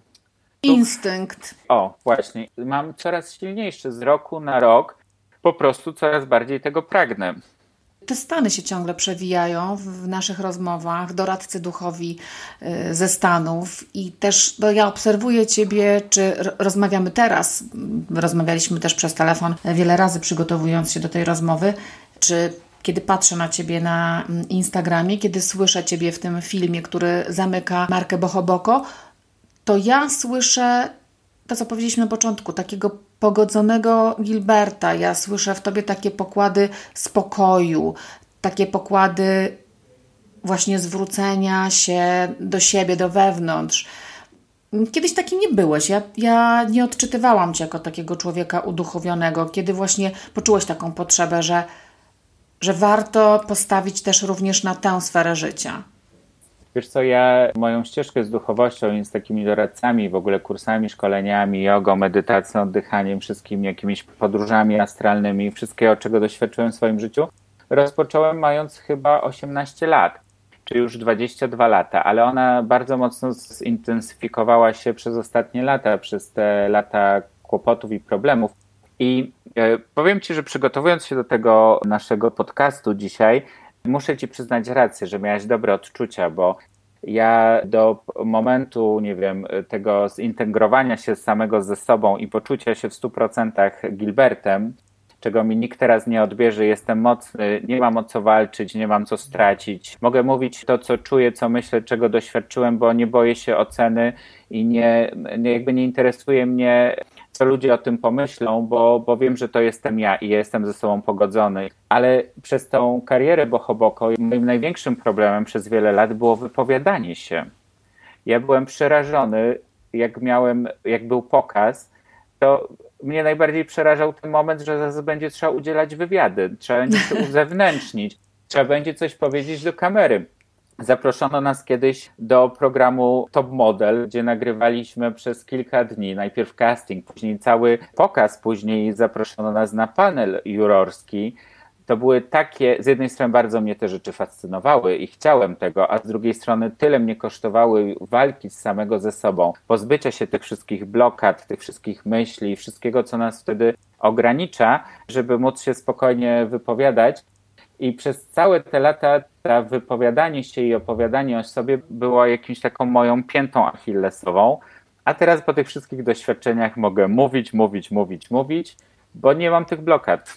Instynkt. O, właśnie. Mam coraz silniejszy z roku na rok. Po prostu coraz bardziej tego pragnę. Te Stany się ciągle przewijają w naszych rozmowach, doradcy duchowi ze Stanów i też no, ja obserwuję Ciebie, czy rozmawiamy teraz, rozmawialiśmy też przez telefon wiele razy przygotowując się do tej rozmowy, czy kiedy patrzę na Ciebie na Instagramie, kiedy słyszę Ciebie w tym filmie, który zamyka markę Boho Boko, to ja słyszę to, co powiedzieliśmy na początku, takiego pogodzonego Gilberta. Ja słyszę w tobie takie pokłady spokoju, takie pokłady właśnie zwrócenia się do siebie, do wewnątrz. Kiedyś takim nie byłeś. Ja, ja nie odczytywałam cię jako takiego człowieka uduchowionego. Kiedy właśnie poczułeś taką potrzebę, że, że warto postawić też również na tę sferę życia? Wiesz co, ja moją ścieżkę z duchowością i z takimi doradcami, w ogóle kursami, szkoleniami, jogą, medytacją, oddychaniem, wszystkimi jakimiś podróżami astralnymi, wszystkiego, czego doświadczyłem w swoim życiu, rozpocząłem mając chyba osiemnaście lat, czy już dwadzieścia dwa lata, ale ona bardzo mocno zintensyfikowała się przez ostatnie lata, przez te lata kłopotów i problemów. I e, powiem ci, że przygotowując się do tego naszego podcastu dzisiaj, muszę ci przyznać rację, że miałaś dobre odczucia, bo ja do momentu, nie wiem, tego zintegrowania się samego ze sobą i poczucia się w stu procentach Gilbertem, czego mi nikt teraz nie odbierze, jestem mocny, nie mam o co walczyć, nie mam co stracić. Mogę mówić to, co czuję, co myślę, czego doświadczyłem, bo nie boję się oceny i nie, nie jakby nie interesuje mnie, co ludzie o tym pomyślą, bo, bo wiem, że to jestem ja i jestem ze sobą pogodzony. Ale przez tą karierę Bohoboko moim największym problemem przez wiele lat było wypowiadanie się. Ja byłem przerażony, jak miałem, jak był pokaz, to mnie najbardziej przerażał ten moment, że zaraz będzie trzeba udzielać wywiady, trzeba będzie się uzewnętrznić, trzeba będzie coś powiedzieć do kamery. Zaproszono nas kiedyś do programu Top Model, gdzie nagrywaliśmy przez kilka dni. Najpierw casting, później cały pokaz, później zaproszono nas na panel jurorski. To były takie, z jednej strony bardzo mnie te rzeczy fascynowały i chciałem tego, a z drugiej strony tyle mnie kosztowały walki z samego ze sobą, pozbycia się tych wszystkich blokad, tych wszystkich myśli, wszystkiego, co nas wtedy ogranicza, żeby móc się spokojnie wypowiadać. I przez całe te lata to wypowiadanie się i opowiadanie o sobie było jakimś taką moją piętą achillesową, a teraz po tych wszystkich doświadczeniach mogę mówić, mówić, mówić, mówić, bo nie mam tych blokad.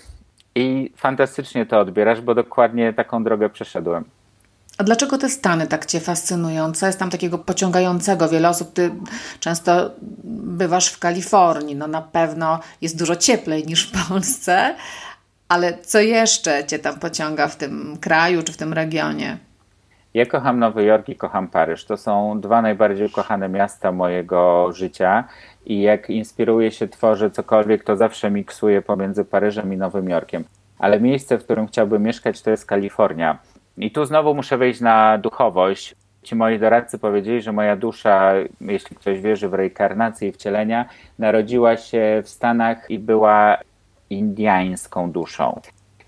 I fantastycznie to odbierasz, bo dokładnie taką drogę przeszedłem. A dlaczego te Stany tak cię fascynują? Co jest tam takiego pociągającego? Wiele osób, ty często bywasz w Kalifornii, no na pewno jest dużo cieplej niż w Polsce, ale co jeszcze cię tam pociąga w tym kraju czy w tym regionie? Ja kocham Nowy Jork i kocham Paryż. To są dwa najbardziej ukochane miasta mojego życia i jak inspiruję się, tworzę cokolwiek, to zawsze miksuję pomiędzy Paryżem i Nowym Jorkiem. Ale miejsce, w którym chciałbym mieszkać, to jest Kalifornia. I tu znowu muszę wejść na duchowość. Ci moi doradcy powiedzieli, że moja dusza, jeśli ktoś wierzy w reinkarnację i wcielenia, narodziła się w Stanach i była indiańską duszą.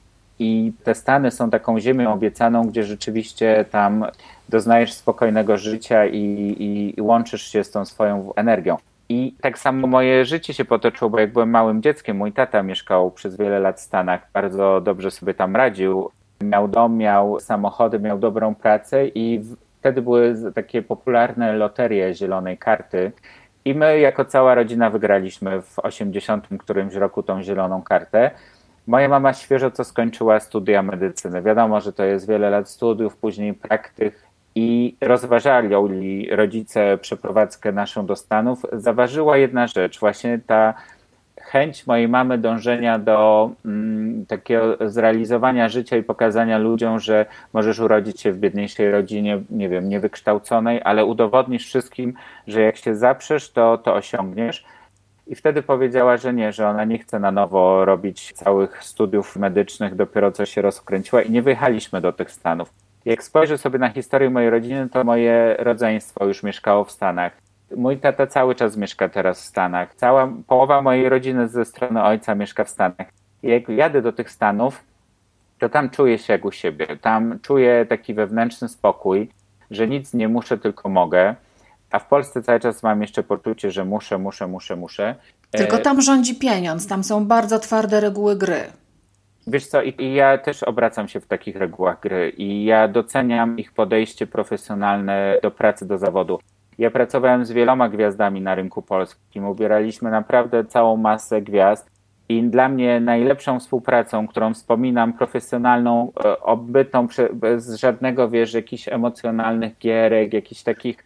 I te Stany są taką ziemią obiecaną, gdzie rzeczywiście tam doznajesz spokojnego życia i, i, i łączysz się z tą swoją energią. I tak samo moje życie się potoczyło, bo jak byłem małym dzieckiem, mój tata mieszkał przez wiele lat w Stanach, bardzo dobrze sobie tam radził. Miał dom, miał samochody, miał dobrą pracę i wtedy były takie popularne loterie zielonej karty. I my jako cała rodzina wygraliśmy w osiemdziesiątym którymś roku tą zieloną kartę. Moja mama świeżo co skończyła studia medycyny. Wiadomo, że to jest wiele lat studiów, później praktyk i rozważali rodzice przeprowadzkę naszą do Stanów. Zaważyła jedna rzecz, właśnie ta chęć mojej mamy dążenia do mm, takiego zrealizowania życia i pokazania ludziom, że możesz urodzić się w biedniejszej rodzinie, nie wiem, niewykształconej, ale udowodnisz wszystkim, że jak się zaprzesz, to, to osiągniesz. I wtedy powiedziała, że nie, że ona nie chce na nowo robić całych studiów medycznych, dopiero co się rozkręciła i nie wyjechaliśmy do tych Stanów. Jak spojrzę sobie na historię mojej rodziny, to moje rodzeństwo już mieszkało w Stanach. Mój tata cały czas mieszka teraz w Stanach. Cała połowa mojej rodziny ze strony ojca mieszka w Stanach. I jak jadę do tych Stanów, to tam czuję się jak u siebie. Tam czuję taki wewnętrzny spokój, że nic nie muszę, tylko mogę. A w Polsce cały czas mam jeszcze poczucie, że muszę, muszę, muszę, muszę. Tylko tam rządzi pieniądz, tam są bardzo twarde reguły gry. Wiesz co, i, i ja też obracam się w takich regułach gry i ja doceniam ich podejście profesjonalne do pracy, do zawodu. Ja pracowałem z wieloma gwiazdami na rynku polskim, ubieraliśmy naprawdę całą masę gwiazd i dla mnie najlepszą współpracą, którą wspominam, profesjonalną, obbytą bez żadnego, wiesz, jakichś emocjonalnych gierek, jakichś takich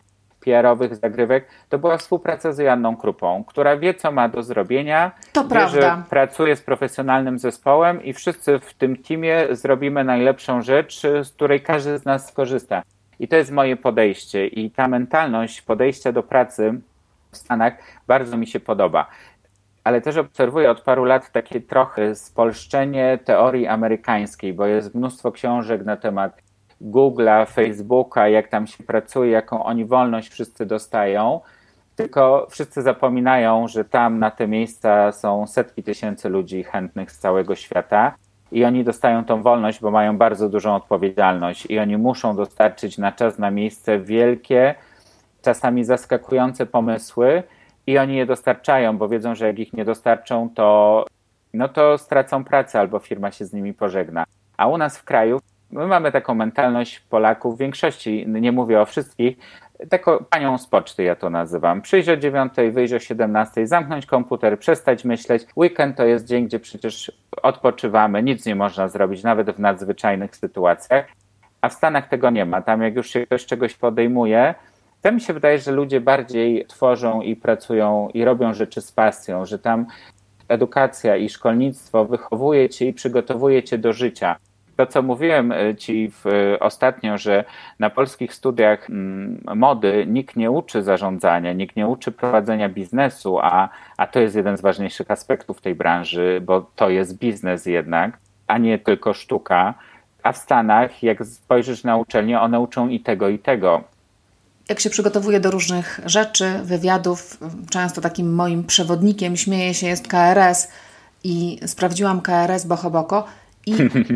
P R owych zagrywek, to była współpraca z Joanną Krupą, która wie, co ma do zrobienia. To wie, prawda. Że pracuje z profesjonalnym zespołem i wszyscy w tym teamie zrobimy najlepszą rzecz, z której każdy z nas skorzysta. I to jest moje podejście i ta mentalność podejścia do pracy w Stanach bardzo mi się podoba. Ale też obserwuję od paru lat takie trochę spolszczenie teorii amerykańskiej, bo jest mnóstwo książek na temat Google'a, Facebooka, jak tam się pracuje, jaką oni wolność wszyscy dostają, tylko wszyscy zapominają, że tam na te miejsca są setki tysięcy ludzi chętnych z całego świata i oni dostają tą wolność, bo mają bardzo dużą odpowiedzialność i oni muszą dostarczyć na czas, na miejsce wielkie, czasami zaskakujące pomysły i oni je dostarczają, bo wiedzą, że jak ich nie dostarczą, to, no to stracą pracę albo firma się z nimi pożegna. A u nas w kraju my mamy taką mentalność Polaków, w większości, nie mówię o wszystkich, taką panią z poczty ja to nazywam. Przyjść o dziewiątej, wyjść o siedemnastej, zamknąć komputer, przestać myśleć. Weekend to jest dzień, gdzie przecież odpoczywamy, nic nie można zrobić, nawet w nadzwyczajnych sytuacjach. A w Stanach tego nie ma. Tam jak już się ktoś czegoś podejmuje, to mi się wydaje, że ludzie bardziej tworzą i pracują i robią rzeczy z pasją, że tam edukacja i szkolnictwo wychowuje cię i przygotowuje cię do życia. To, co mówiłem ci w, ostatnio, że na polskich studiach mm, mody nikt nie uczy zarządzania, nikt nie uczy prowadzenia biznesu, a, a to jest jeden z ważniejszych aspektów tej branży, bo to jest biznes jednak, a nie tylko sztuka. A w Stanach, jak spojrzysz na uczelnię, one uczą i tego, i tego. Jak się przygotowuję do różnych rzeczy, wywiadów, często takim moim przewodnikiem, śmieję się, jest K R S i sprawdziłam K R S Bohoboko i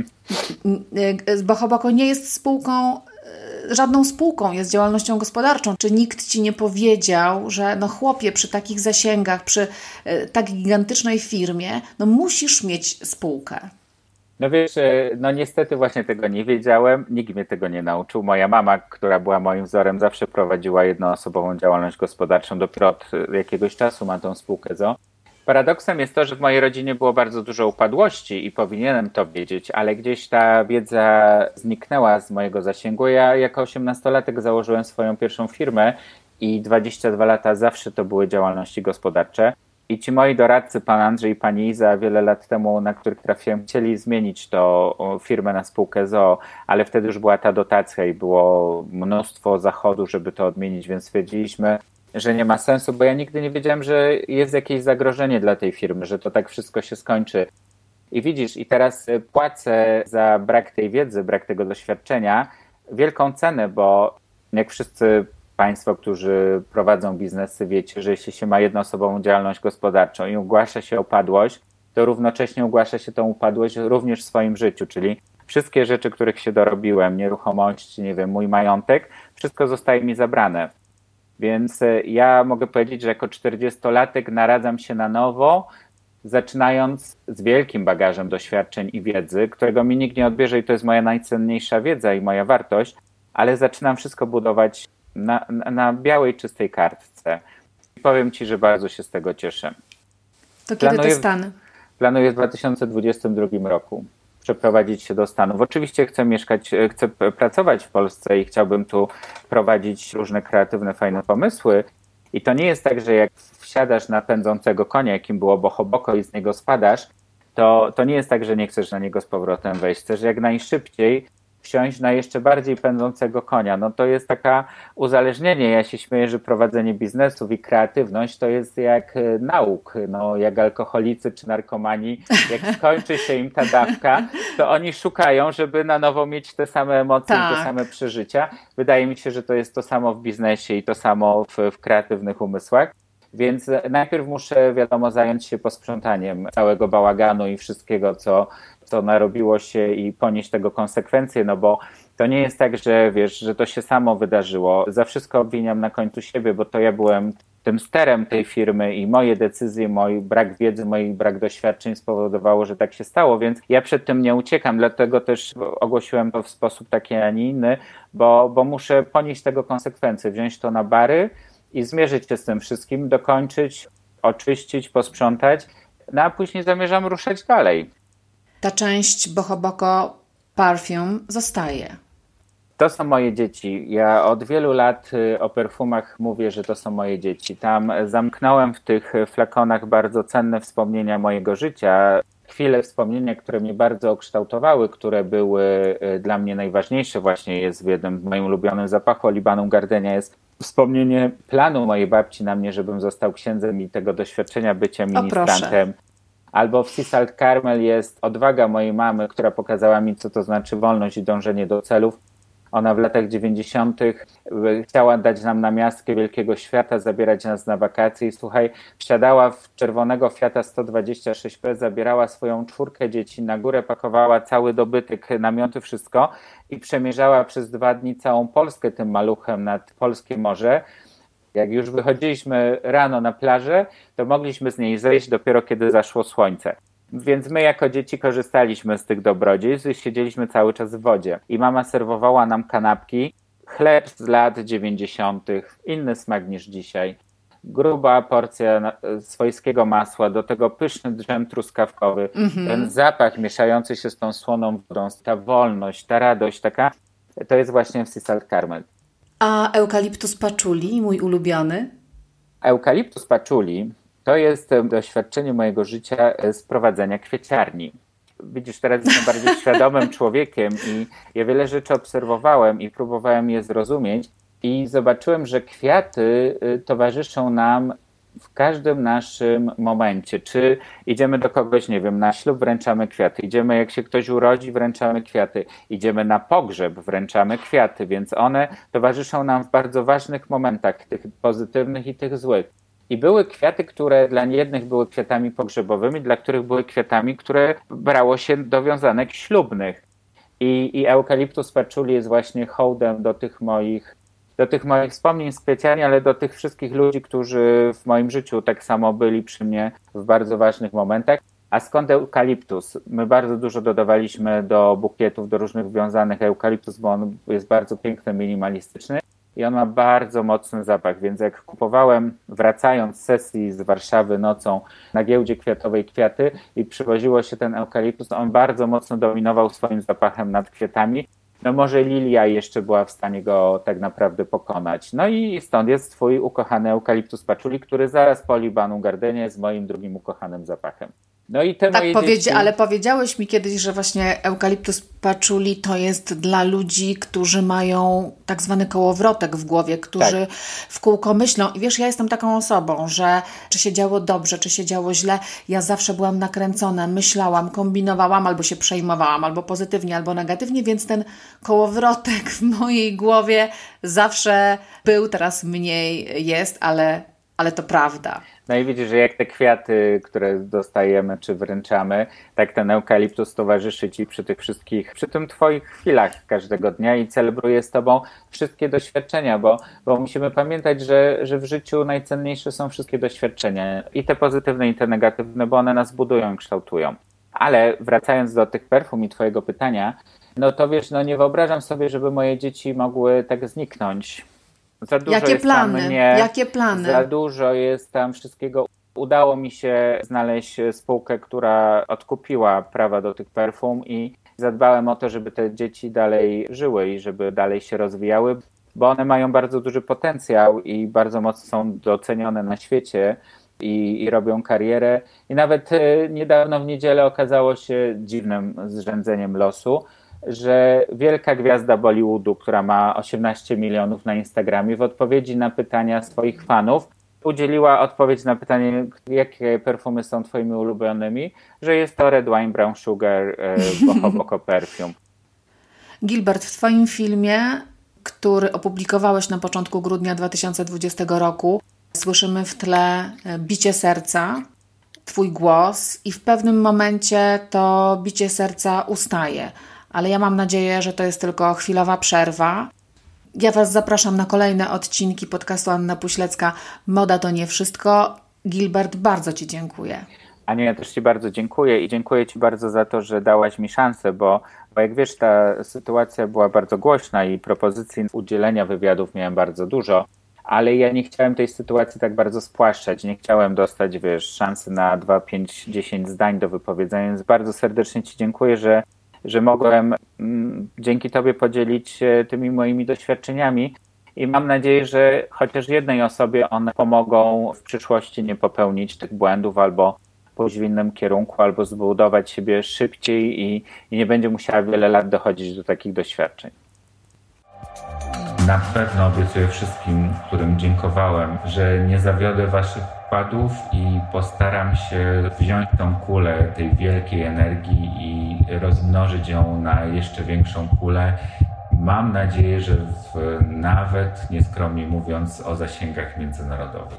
Bohoboko nie jest spółką, żadną spółką, jest działalnością gospodarczą. Czy nikt ci nie powiedział, że no chłopie, przy takich zasięgach, przy tak gigantycznej firmie, no musisz mieć spółkę? No wiesz, no niestety właśnie tego nie wiedziałem, nikt mnie tego nie nauczył. Moja mama, która była moim wzorem, zawsze prowadziła jednoosobową działalność gospodarczą, dopiero od jakiegoś czasu ma tą spółkę z o o. Paradoksem jest to, że w mojej rodzinie było bardzo dużo upadłości i powinienem to wiedzieć, ale gdzieś ta wiedza zniknęła z mojego zasięgu. Ja jako osiemnastolatek założyłem swoją pierwszą firmę i dwadzieścia dwa lata zawsze to były działalności gospodarcze. I ci moi doradcy, pan Andrzej i pani Iza, wiele lat temu, na których trafiłem, chcieli zmienić to firmę na spółkę z o o, ale wtedy już była ta dotacja i było mnóstwo zachodu, żeby to odmienić, więc stwierdziliśmy, że nie ma sensu, bo ja nigdy nie wiedziałem, że jest jakieś zagrożenie dla tej firmy, że to tak wszystko się skończy. I widzisz, i teraz płacę za brak tej wiedzy, brak tego doświadczenia wielką cenę, bo jak wszyscy Państwo, którzy prowadzą biznesy, wiecie, że jeśli się ma jednoosobową działalność gospodarczą i ogłasza się upadłość, to równocześnie ogłasza się tą upadłość również w swoim życiu, czyli wszystkie rzeczy, których się dorobiłem, nieruchomości, nie wiem, mój majątek, wszystko zostaje mi zabrane. Więc ja mogę powiedzieć, że jako czterdziestolatek naradzam się na nowo, zaczynając z wielkim bagażem doświadczeń i wiedzy, którego mi nikt nie odbierze i to jest moja najcenniejsza wiedza i moja wartość, ale zaczynam wszystko budować Na, na białej, czystej kartce. I powiem ci, że bardzo się z tego cieszę. To kiedy planuję, te Stany? Planuję w dwa tysiące dwudziestym drugim roku przeprowadzić się do Stanów. Oczywiście chcę mieszkać, chcę pracować w Polsce i chciałbym tu prowadzić różne kreatywne, fajne pomysły. I to nie jest tak, że jak wsiadasz na pędzącego konia, jakim było Bohoboko i z niego spadasz, to, to nie jest tak, że nie chcesz na niego z powrotem wejść. Chcesz jak najszybciej wsiąść na jeszcze bardziej pędzącego konia. No to jest taka uzależnienie. Ja się śmieję, że prowadzenie biznesów i kreatywność to jest jak nauk. No, jak alkoholicy czy narkomani, jak skończy się im ta dawka, to oni szukają, żeby na nowo mieć te same emocje tak. i te same przeżycia. Wydaje mi się, że to jest to samo w biznesie i to samo w, w kreatywnych umysłach. Więc najpierw muszę, wiadomo, zająć się posprzątaniem całego bałaganu i wszystkiego, co, co narobiło się i ponieść tego konsekwencje, no bo to nie jest tak, że wiesz, że to się samo wydarzyło. Za wszystko obwiniam na końcu siebie, bo to ja byłem tym sterem tej firmy i moje decyzje, mój brak wiedzy, mój brak doświadczeń spowodowało, że tak się stało, więc ja przed tym nie uciekam, dlatego też ogłosiłem to w sposób taki, a nie inny, bo, bo muszę ponieść tego konsekwencje, wziąć to na bary i zmierzyć się z tym wszystkim, dokończyć, oczyścić, posprzątać, no a później zamierzam ruszać dalej. Ta część Bohoboko Parfum zostaje. To są moje dzieci. Ja od wielu lat o perfumach mówię, że to są moje dzieci. Tam zamknąłem w tych flakonach bardzo cenne wspomnienia mojego życia. Chwile, wspomnienia, które mnie bardzo ukształtowały, które były dla mnie najważniejsze. Właśnie jest w jednym z moim ulubionym zapachu Libanum Gardenia jest wspomnienie planu mojej babci na mnie, żebym został księdzem i tego doświadczenia bycia ministrantem. Albo w Sea Salt Caramel jest odwaga mojej mamy, która pokazała mi, co to znaczy wolność i dążenie do celów. Ona w latach dziewięćdziesiątych chciała dać nam namiastkę wielkiego świata, zabierać nas na wakacje i słuchaj, wsiadała w czerwonego Fiata sto dwadzieścia sześć P, zabierała swoją czwórkę dzieci na górę, pakowała cały dobytek, namioty, wszystko i przemierzała przez dwa dni całą Polskę tym maluchem nad polskie morze. Jak już wychodziliśmy rano na plażę, to mogliśmy z niej zejść dopiero kiedy zaszło słońce. Więc my jako dzieci korzystaliśmy z tych dobrodziejstw i siedzieliśmy cały czas w wodzie. I mama serwowała nam kanapki, chleb z lat dziewięćdziesiątych, inny smak niż dzisiaj. Gruba porcja swojskiego masła, do tego pyszny dżem truskawkowy. Mm-hmm. Ten zapach mieszający się z tą słoną wodą, ta wolność, ta radość taka, to jest właśnie w Sea Salt Caramel. A eukaliptus patchouli, mój ulubiony? Eukaliptus patchouli to jest doświadczenie mojego życia z prowadzenia kwieciarni. Widzisz, teraz jestem bardziej świadomym człowiekiem i ja wiele rzeczy obserwowałem i próbowałem je zrozumieć i zobaczyłem, że kwiaty towarzyszą nam w każdym naszym momencie. Czy idziemy do kogoś, nie wiem, na ślub, wręczamy kwiaty. Idziemy, jak się ktoś urodzi, wręczamy kwiaty. Idziemy na pogrzeb, wręczamy kwiaty, więc one towarzyszą nam w bardzo ważnych momentach, tych pozytywnych i tych złych. I były kwiaty, które dla jednych były kwiatami pogrzebowymi, dla których były kwiatami, które brało się do wiązanek ślubnych. I, i eukaliptus patchouli jest właśnie hołdem do tych moich do tych moich wspomnień specjalnie, ale do tych wszystkich ludzi, którzy w moim życiu tak samo byli przy mnie w bardzo ważnych momentach. A skąd eukaliptus? My bardzo dużo dodawaliśmy do bukietów, do różnych wiązanych eukaliptus, bo on jest bardzo piękny, minimalistyczny i on ma bardzo mocny zapach, więc jak kupowałem, wracając z sesji z Warszawy nocą na giełdzie kwiatowej kwiaty i przywoziło się ten eukaliptus, on bardzo mocno dominował swoim zapachem nad kwiatami. No może lilia jeszcze była w stanie go tak naprawdę pokonać. No i stąd jest twój ukochany eukaliptus patchouli, który zaraz po Libanum Gardenia jest moim drugim ukochanym zapachem. No i te tak, moje powiedzi- dzieci... ale powiedziałeś mi kiedyś, że właśnie eukaliptus patchouli to jest dla ludzi, którzy mają tak zwany kołowrotek w głowie, którzy tak. w kółko myślą. I wiesz, ja jestem taką osobą, że czy się działo dobrze, czy się działo źle, ja zawsze byłam nakręcona, myślałam, kombinowałam, albo się przejmowałam, albo pozytywnie, albo negatywnie, więc ten kołowrotek w mojej głowie zawsze był, teraz mniej jest, ale, ale to prawda. No i widzisz, że jak te kwiaty, które dostajemy czy wręczamy, tak ten eukaliptus towarzyszy ci przy tych wszystkich, przy tym twoich chwilach każdego dnia i celebruje z tobą wszystkie doświadczenia, bo, bo musimy pamiętać, że, że w życiu najcenniejsze są wszystkie doświadczenia i te pozytywne i te negatywne, bo one nas budują i kształtują. Ale wracając do tych perfum i twojego pytania, no to wiesz, no nie wyobrażam sobie, żeby moje dzieci mogły tak zniknąć. Za dużo Jakie jest plany? Tam mnie, Jakie plany? Za dużo jest tam wszystkiego. Udało mi się znaleźć spółkę, która odkupiła prawa do tych perfum i zadbałem o to, żeby te dzieci dalej żyły i żeby dalej się rozwijały, bo one mają bardzo duży potencjał i bardzo mocno są docenione na świecie i, i robią karierę. I nawet niedawno w niedzielę okazało się dziwnym zrzędzeniem losu, że wielka gwiazda Bollywoodu, która ma osiemnaście milionów na Instagramie, w odpowiedzi na pytania swoich fanów udzieliła odpowiedź na pytanie, jakie perfumy są twoimi ulubionymi, że jest to Red Wine Brown Sugar e, Boho Boho Perfume. Gilbert, w twoim filmie, który opublikowałeś na początku grudnia dwa tysiące dwudziestego roku, słyszymy w tle bicie serca, twój głos i w pewnym momencie to bicie serca ustaje. Ale ja mam nadzieję, że to jest tylko chwilowa przerwa. Ja Was zapraszam na kolejne odcinki podcastu Anna Puślecka. Moda to nie wszystko. Gilbert, bardzo Ci dziękuję. Aniu, ja też Ci bardzo dziękuję i dziękuję Ci bardzo za to, że dałaś mi szansę, bo, bo jak wiesz, ta sytuacja była bardzo głośna i propozycji udzielenia wywiadów miałem bardzo dużo, ale ja nie chciałem tej sytuacji tak bardzo spłaszczać. Nie chciałem dostać, wiesz, szansy na dwa, pięć, dziesięć zdań do wypowiedzenia, więc bardzo serdecznie Ci dziękuję, że że mogłem mm, dzięki Tobie podzielić się tymi moimi doświadczeniami i mam nadzieję, że chociaż jednej osobie one pomogą w przyszłości nie popełnić tych błędów albo pójść w innym kierunku, albo zbudować siebie szybciej i, i nie będzie musiała wiele lat dochodzić do takich doświadczeń. Na pewno obiecuję wszystkim, którym dziękowałem, że nie zawiodę waszych wkładów i postaram się wziąć tą kulę tej wielkiej energii i rozmnożyć ją na jeszcze większą kulę. Mam nadzieję, że w, nawet, nieskromnie mówiąc, o zasięgach międzynarodowych.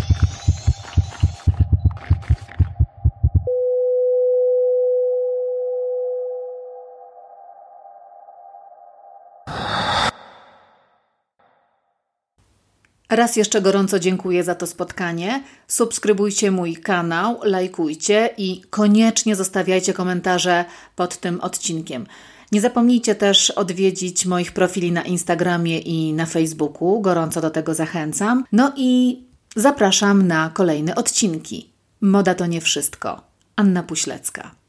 Raz jeszcze gorąco dziękuję za to spotkanie. Subskrybujcie mój kanał, lajkujcie i koniecznie zostawiajcie komentarze pod tym odcinkiem. Nie zapomnijcie też odwiedzić moich profili na Instagramie i na Facebooku. Gorąco do tego zachęcam. No i zapraszam na kolejne odcinki. Moda to nie wszystko. Anna Puślecka.